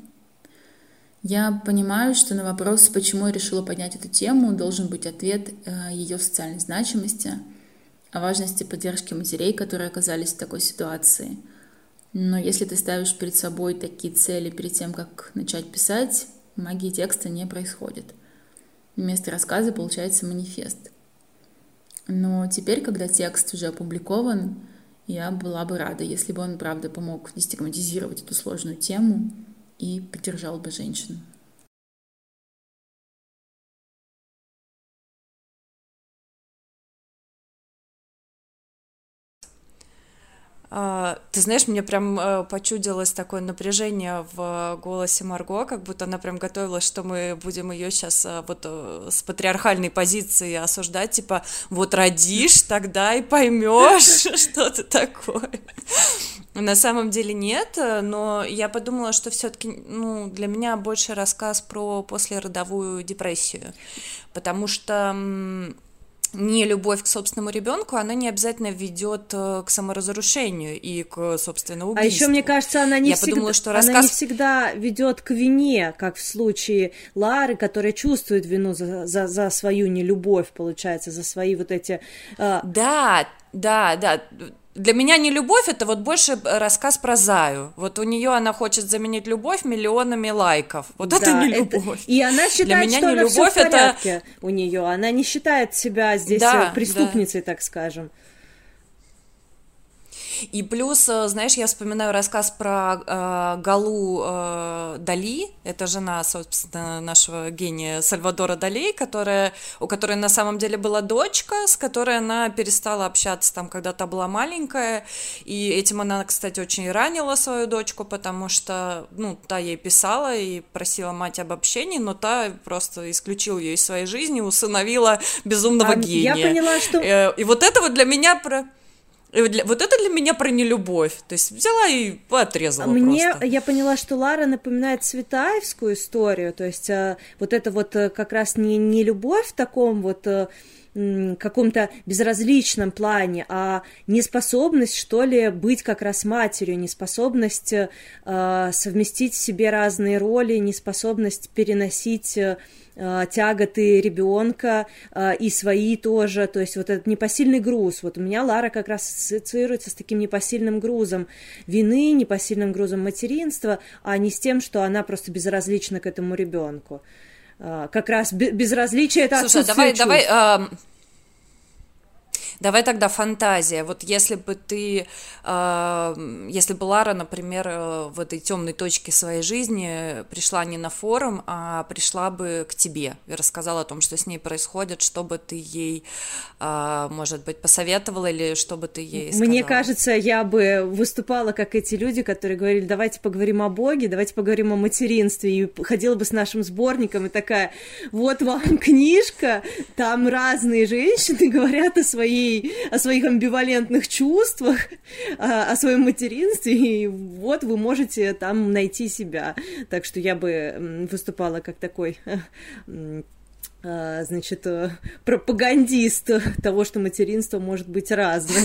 S2: Я понимаю, что на вопрос, почему я решила поднять эту тему, должен быть ответ о ее социальной значимости, о важности поддержки матерей, которые оказались в такой ситуации, Но если ты ставишь перед собой такие цели перед тем, как начать писать, магии текста не происходит. Вместо рассказа получается манифест. Но теперь, когда текст уже опубликован, я была бы рада, если бы он, правда, помог дестигматизировать эту сложную тему и поддержал бы женщин.
S5: Ты знаешь, мне прям почудилось такое напряжение в голосе Марго, как будто она прям готовилась, что мы будем ее сейчас с патриархальной позиции осуждать, типа, вот родишь, тогда и поймешь, что-то такое. На самом деле нет, но я подумала, что все-таки, для меня больше рассказ про послеродовую депрессию, потому что нелюбовь к собственному ребенку, она не обязательно ведет к саморазрушению и к, собственно, убийству.
S6: А еще, мне кажется, она не всегда ведет к вине, как в случае Лары, которая чувствует вину за свою нелюбовь, получается, за свои вот эти...
S5: Да. Для меня не любовь, это вот больше рассказ про Заю. Вот у нее она хочет заменить любовь миллионами лайков. Вот это не любовь.
S6: И она считает, что она все в порядке у нее. Она не считает себя здесь преступницей, так скажем.
S5: И плюс, знаешь, я вспоминаю рассказ про Галу Дали, это жена, собственно, нашего гения Сальвадора Дали, у которой на самом деле была дочка, с которой она перестала общаться там, когда та была маленькая, и этим она, кстати, очень ранила свою дочку, потому что, та ей писала и просила мать об общении, но та просто исключила ее из своей жизни, усыновила безумного гения.
S6: Я поняла, что...
S5: И вот это вот для меня Вот это для меня про нелюбовь. То есть взяла и отрезала просто.
S6: Я поняла, что Лара напоминает цветаевскую историю. То есть вот это вот как раз не любовь в таком вот каком-то безразличном плане, а неспособность, что ли, быть как раз матерью, неспособность совместить в себе разные роли, неспособность переносить тяготы ребенка и свои тоже, то есть вот этот непосильный груз. Вот у меня Лара как раз ассоциируется с таким непосильным грузом вины, непосильным грузом материнства, а не с тем, что она просто безразлична к этому ребенку. Как раз безразличие — это отсутствие чувств.
S5: Давай тогда фантазия. Вот если бы Лара, например, в этой темной точке своей жизни пришла не на форум, а пришла бы к тебе и рассказала о том, что с ней происходит, что бы ты ей, может быть, посоветовала или что бы ты ей сказала?
S6: Мне кажется, я бы выступала как эти люди, которые говорили: давайте поговорим о Боге, давайте поговорим о материнстве, и ходила бы с нашим сборником и такая: вот вам книжка, там разные женщины говорят о своих амбивалентных чувствах, о своем материнстве, и вот вы можете там найти себя. Так что я бы выступала как такой, значит, пропагандист того, что материнство может быть разным.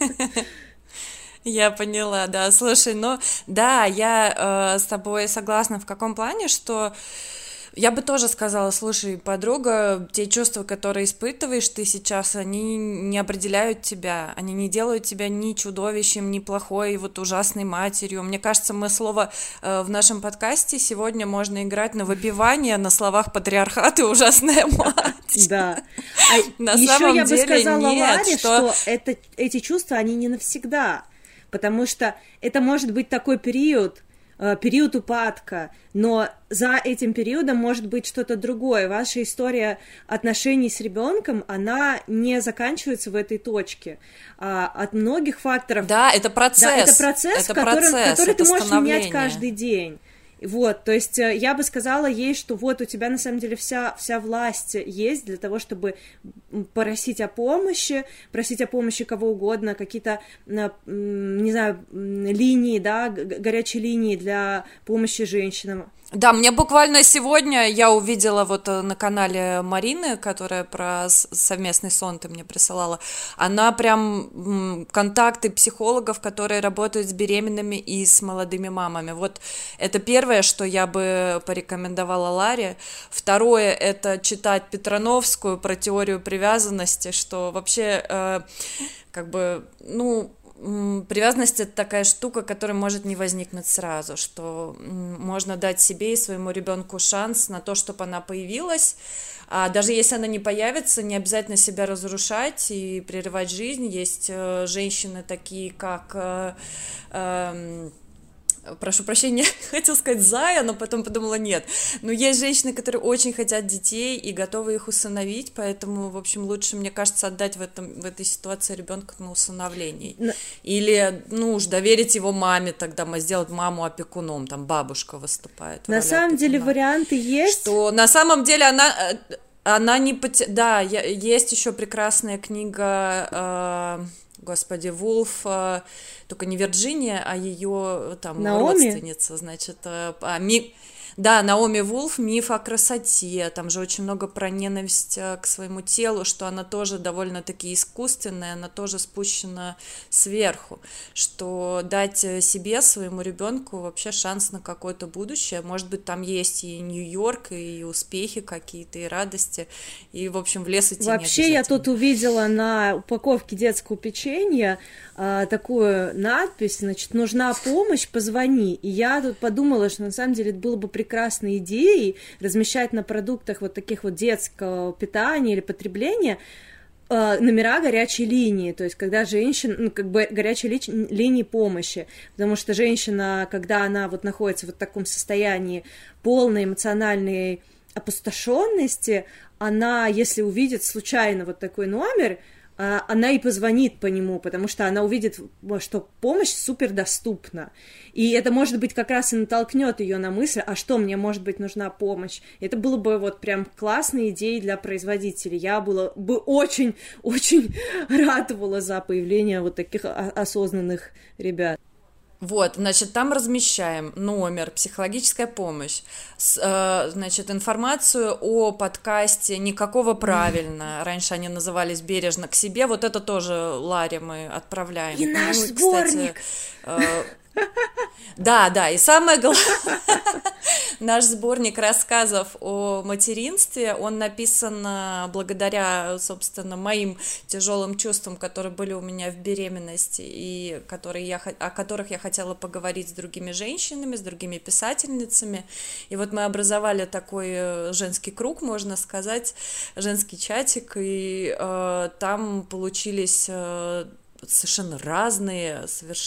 S5: Я поняла, да. Слушай, я с тобой согласна в каком плане, что я бы тоже сказала: слушай, подруга, те чувства, которые испытываешь ты сейчас, они не определяют тебя, они не делают тебя ни чудовищем, ни плохой, вот ужасной матерью. Мне кажется, слово в нашем подкасте сегодня можно играть на выпивание, на словах патриархат и ужасная мать.
S6: Да.
S5: На самом
S6: деле я бы сказала
S5: нет,
S6: Ларе, что эти чувства, они не навсегда, потому что это может быть такой период упадка, но за этим периодом может быть что-то другое. Ваша история отношений с ребенком, она не заканчивается в этой точке. От многих факторов...
S5: Да, это процесс.
S6: Да, это процесс, который ты можешь менять каждый день. Вот, то есть я бы сказала ей, что вот у тебя на самом деле вся власть есть для того, чтобы просить о помощи кого угодно, какие-то, не знаю, линии, да, горячие линии для помощи женщинам.
S5: Да, мне буквально сегодня я увидела вот на канале Марины, которая про совместный сон ты мне присылала, она прям контакты психологов, которые работают с беременными и с молодыми мамами. Вот это первое, что я бы порекомендовала Ларе. Второе — это читать Петрановскую про теорию привязанности, что вообще привязанность — это такая штука, которая может не возникнуть сразу, что можно дать себе и своему ребенку шанс на то, чтобы она появилась, а даже если она не появится, не обязательно себя разрушать и прерывать жизнь. Есть женщины такие, как... прошу прощения, хотела сказать Зая, но потом подумала нет. Но есть женщины, которые очень хотят детей и готовы их усыновить, поэтому, в общем, лучше, мне кажется, отдать в этой ситуации ребенка на усыновление. Или, уж доверить его маме, тогда сделать маму опекуном, там бабушка выступает.
S6: На самом деле варианты есть.
S5: Что на самом деле она не... Да, есть еще прекрасная книга... Господи, Вулф, только не Вирджиния, а ее там родственница, значит, да, Наоми Вулф, «Миф о красоте», там же очень много про ненависть к своему телу, что она тоже довольно-таки искусственная, она тоже спущена сверху, что дать себе, своему ребенку вообще шанс на какое-то будущее, может быть, там есть и Нью-Йорк, и успехи какие-то, и радости, и, в общем, в лес идти
S6: вообще я тут увидела на упаковке детского печенья такую надпись, значит, нужна помощь, позвони, и я тут подумала, что на самом деле это было бы прекрасной идеей размещать на продуктах вот таких вот детского питания или потребления номера горячей линии, то есть когда женщина, горячей линии помощи, потому что женщина, когда она вот находится в таком состоянии полной эмоциональной опустошенности, она, если увидит случайно вот такой номер, она и позвонит по нему, потому что она увидит, что помощь супер доступна. И это, может быть, как раз и натолкнет ее на мысль, а что, мне, может быть, нужна помощь. Это было бы вот прям классной идеей для производителей. Я была бы очень-очень радовала за появление вот таких осознанных ребят.
S5: Вот, значит, там размещаем номер, психологическая помощь, значит, информацию о подкасте «Никакого правильно». Раньше они назывались «Бережно к себе». Вот это тоже Ларе мы отправляем.
S6: И наш сборник!
S5: Да, и самое главное, наш сборник рассказов о материнстве, он написан благодаря, собственно, моим тяжелым чувствам, которые были у меня в беременности, и о которых я хотела поговорить с другими женщинами, с другими писательницами, и вот мы образовали такой женский круг, можно сказать, женский чатик, и там получились совершенно разные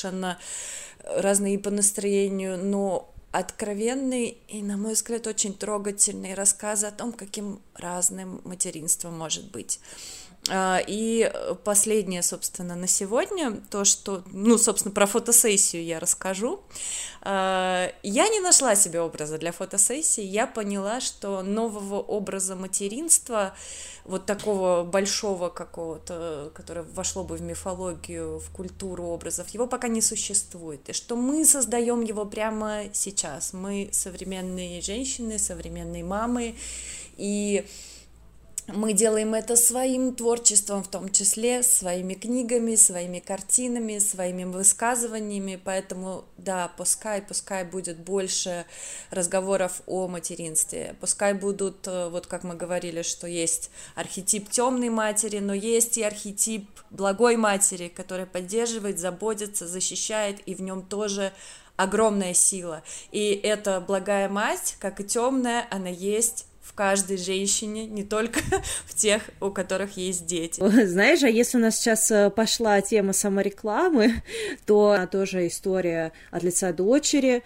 S5: и по настроению, но откровенные и, на мой взгляд, очень трогательные рассказы о том, каким разным материнство может быть. И последнее, собственно, на сегодня, то, что, собственно, про фотосессию я расскажу. Я не нашла себе образа для фотосессии, я поняла, что нового образа материнства, вот такого большого какого-то, которое вошло бы в мифологию, в культуру образов, его пока не существует, и что мы создаем его прямо сейчас. Мы современные женщины, современные мамы, и мы делаем это своим творчеством, в том числе, своими книгами, своими картинами, своими высказываниями, поэтому, да, пускай будет больше разговоров о материнстве, пускай будут, вот как мы говорили, что есть архетип темной матери, но есть и архетип благой матери, которая поддерживает, заботится, защищает, и в нем тоже огромная сила, и эта благая мать, как и темная, она есть в каждой женщине, не только в тех, у которых есть дети.
S6: Знаешь, а если у нас сейчас пошла тема саморекламы, то тоже история от лица дочери,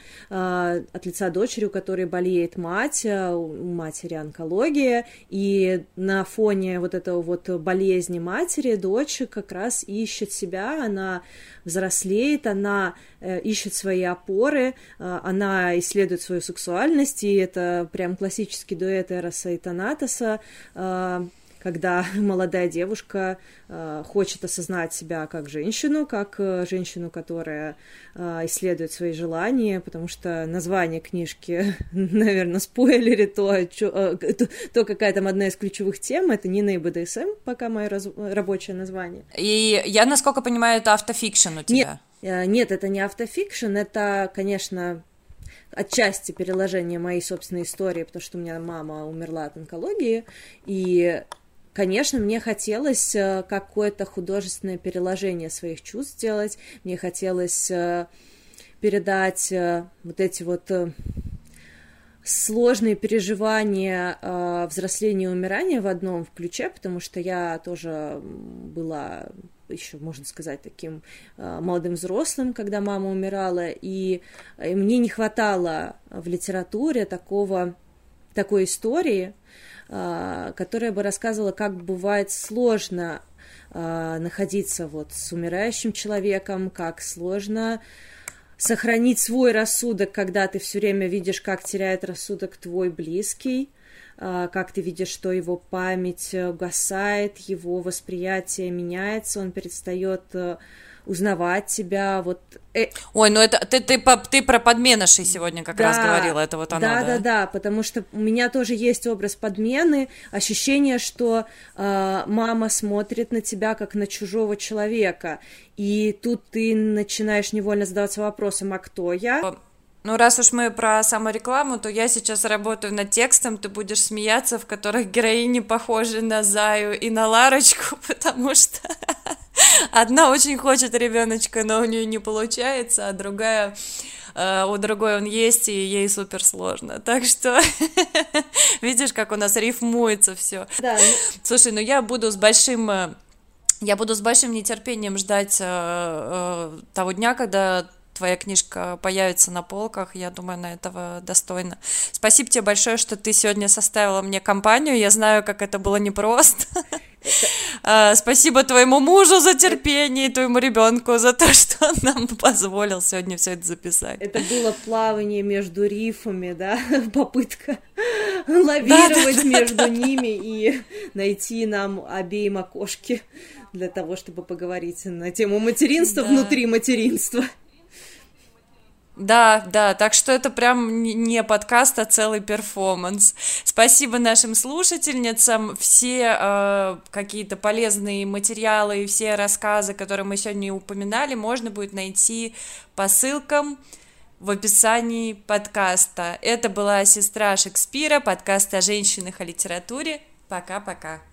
S6: у которой болеет мать, у матери онкология, и на фоне вот этого вот болезни матери дочь как раз ищет себя, она взрослеет, она ищет свои опоры, она исследует свою сексуальность, и это прям классический дуэт Эроса и Танатоса, когда молодая девушка хочет осознать себя как женщину, которая исследует свои желания, потому что название книжки, наверное, спойлерит то, какая там одна из ключевых тем, это Нина и БДСМ, пока мое рабочее название.
S5: И я, насколько понимаю, это автофикшн у тебя?
S6: Нет, это не автофикшн, это, конечно, отчасти переложение моей собственной истории, потому что у меня мама умерла от онкологии, и
S7: конечно, мне хотелось какое-то художественное переложение своих чувств сделать, мне хотелось передать вот эти вот сложные переживания взросления и умирания в одном ключе, потому что я тоже была еще, можно сказать, таким молодым взрослым, когда мама умирала, и мне не хватало в литературе такой истории, которая бы рассказывала, как бывает сложно находиться вот с умирающим человеком, как сложно сохранить свой рассудок, когда ты все время видишь, как теряет рассудок твой близкий, как ты видишь, что его память угасает, его восприятие меняется, он перестает узнавать тебя, вот.
S5: Ой, ну это ты про подменышей сегодня как раз говорила, это вот оно, да?
S7: Да, потому что у меня тоже есть образ подмены, ощущение, что мама смотрит на тебя как на чужого человека, и тут ты начинаешь невольно задаваться вопросом, а кто я?
S5: Ну, раз уж мы про саморекламу, то я сейчас работаю над текстом, ты будешь смеяться, в которых героини похожи на Заю и на Ларочку, потому что одна очень хочет ребеночка, но у нее не получается, а у другой он есть, и ей супер сложно. Так что видишь, как у нас рифмуется все.
S7: Да.
S5: Слушай, ну я буду с большим нетерпением ждать того дня, когда твоя книжка появится на полках, я думаю, она этого достойна. Спасибо тебе большое, что ты сегодня составила мне компанию, я знаю, как это было непросто. Спасибо твоему мужу за терпение и твоему ребенку за то, что он нам позволил сегодня все это записать.
S7: Это было плавание между рифами, да, попытка лавировать между ними и найти нам обеим окошки для того, чтобы поговорить на тему материнства внутри материнства.
S5: Да, так что это прям не подкаст, а целый перформанс. Спасибо нашим слушательницам. Все какие-то полезные материалы и все рассказы, которые мы сегодня упоминали, можно будет найти по ссылкам в описании подкаста. Это была «Сестра Шекспира», подкаст о женщинах, о литературе. Пока-пока.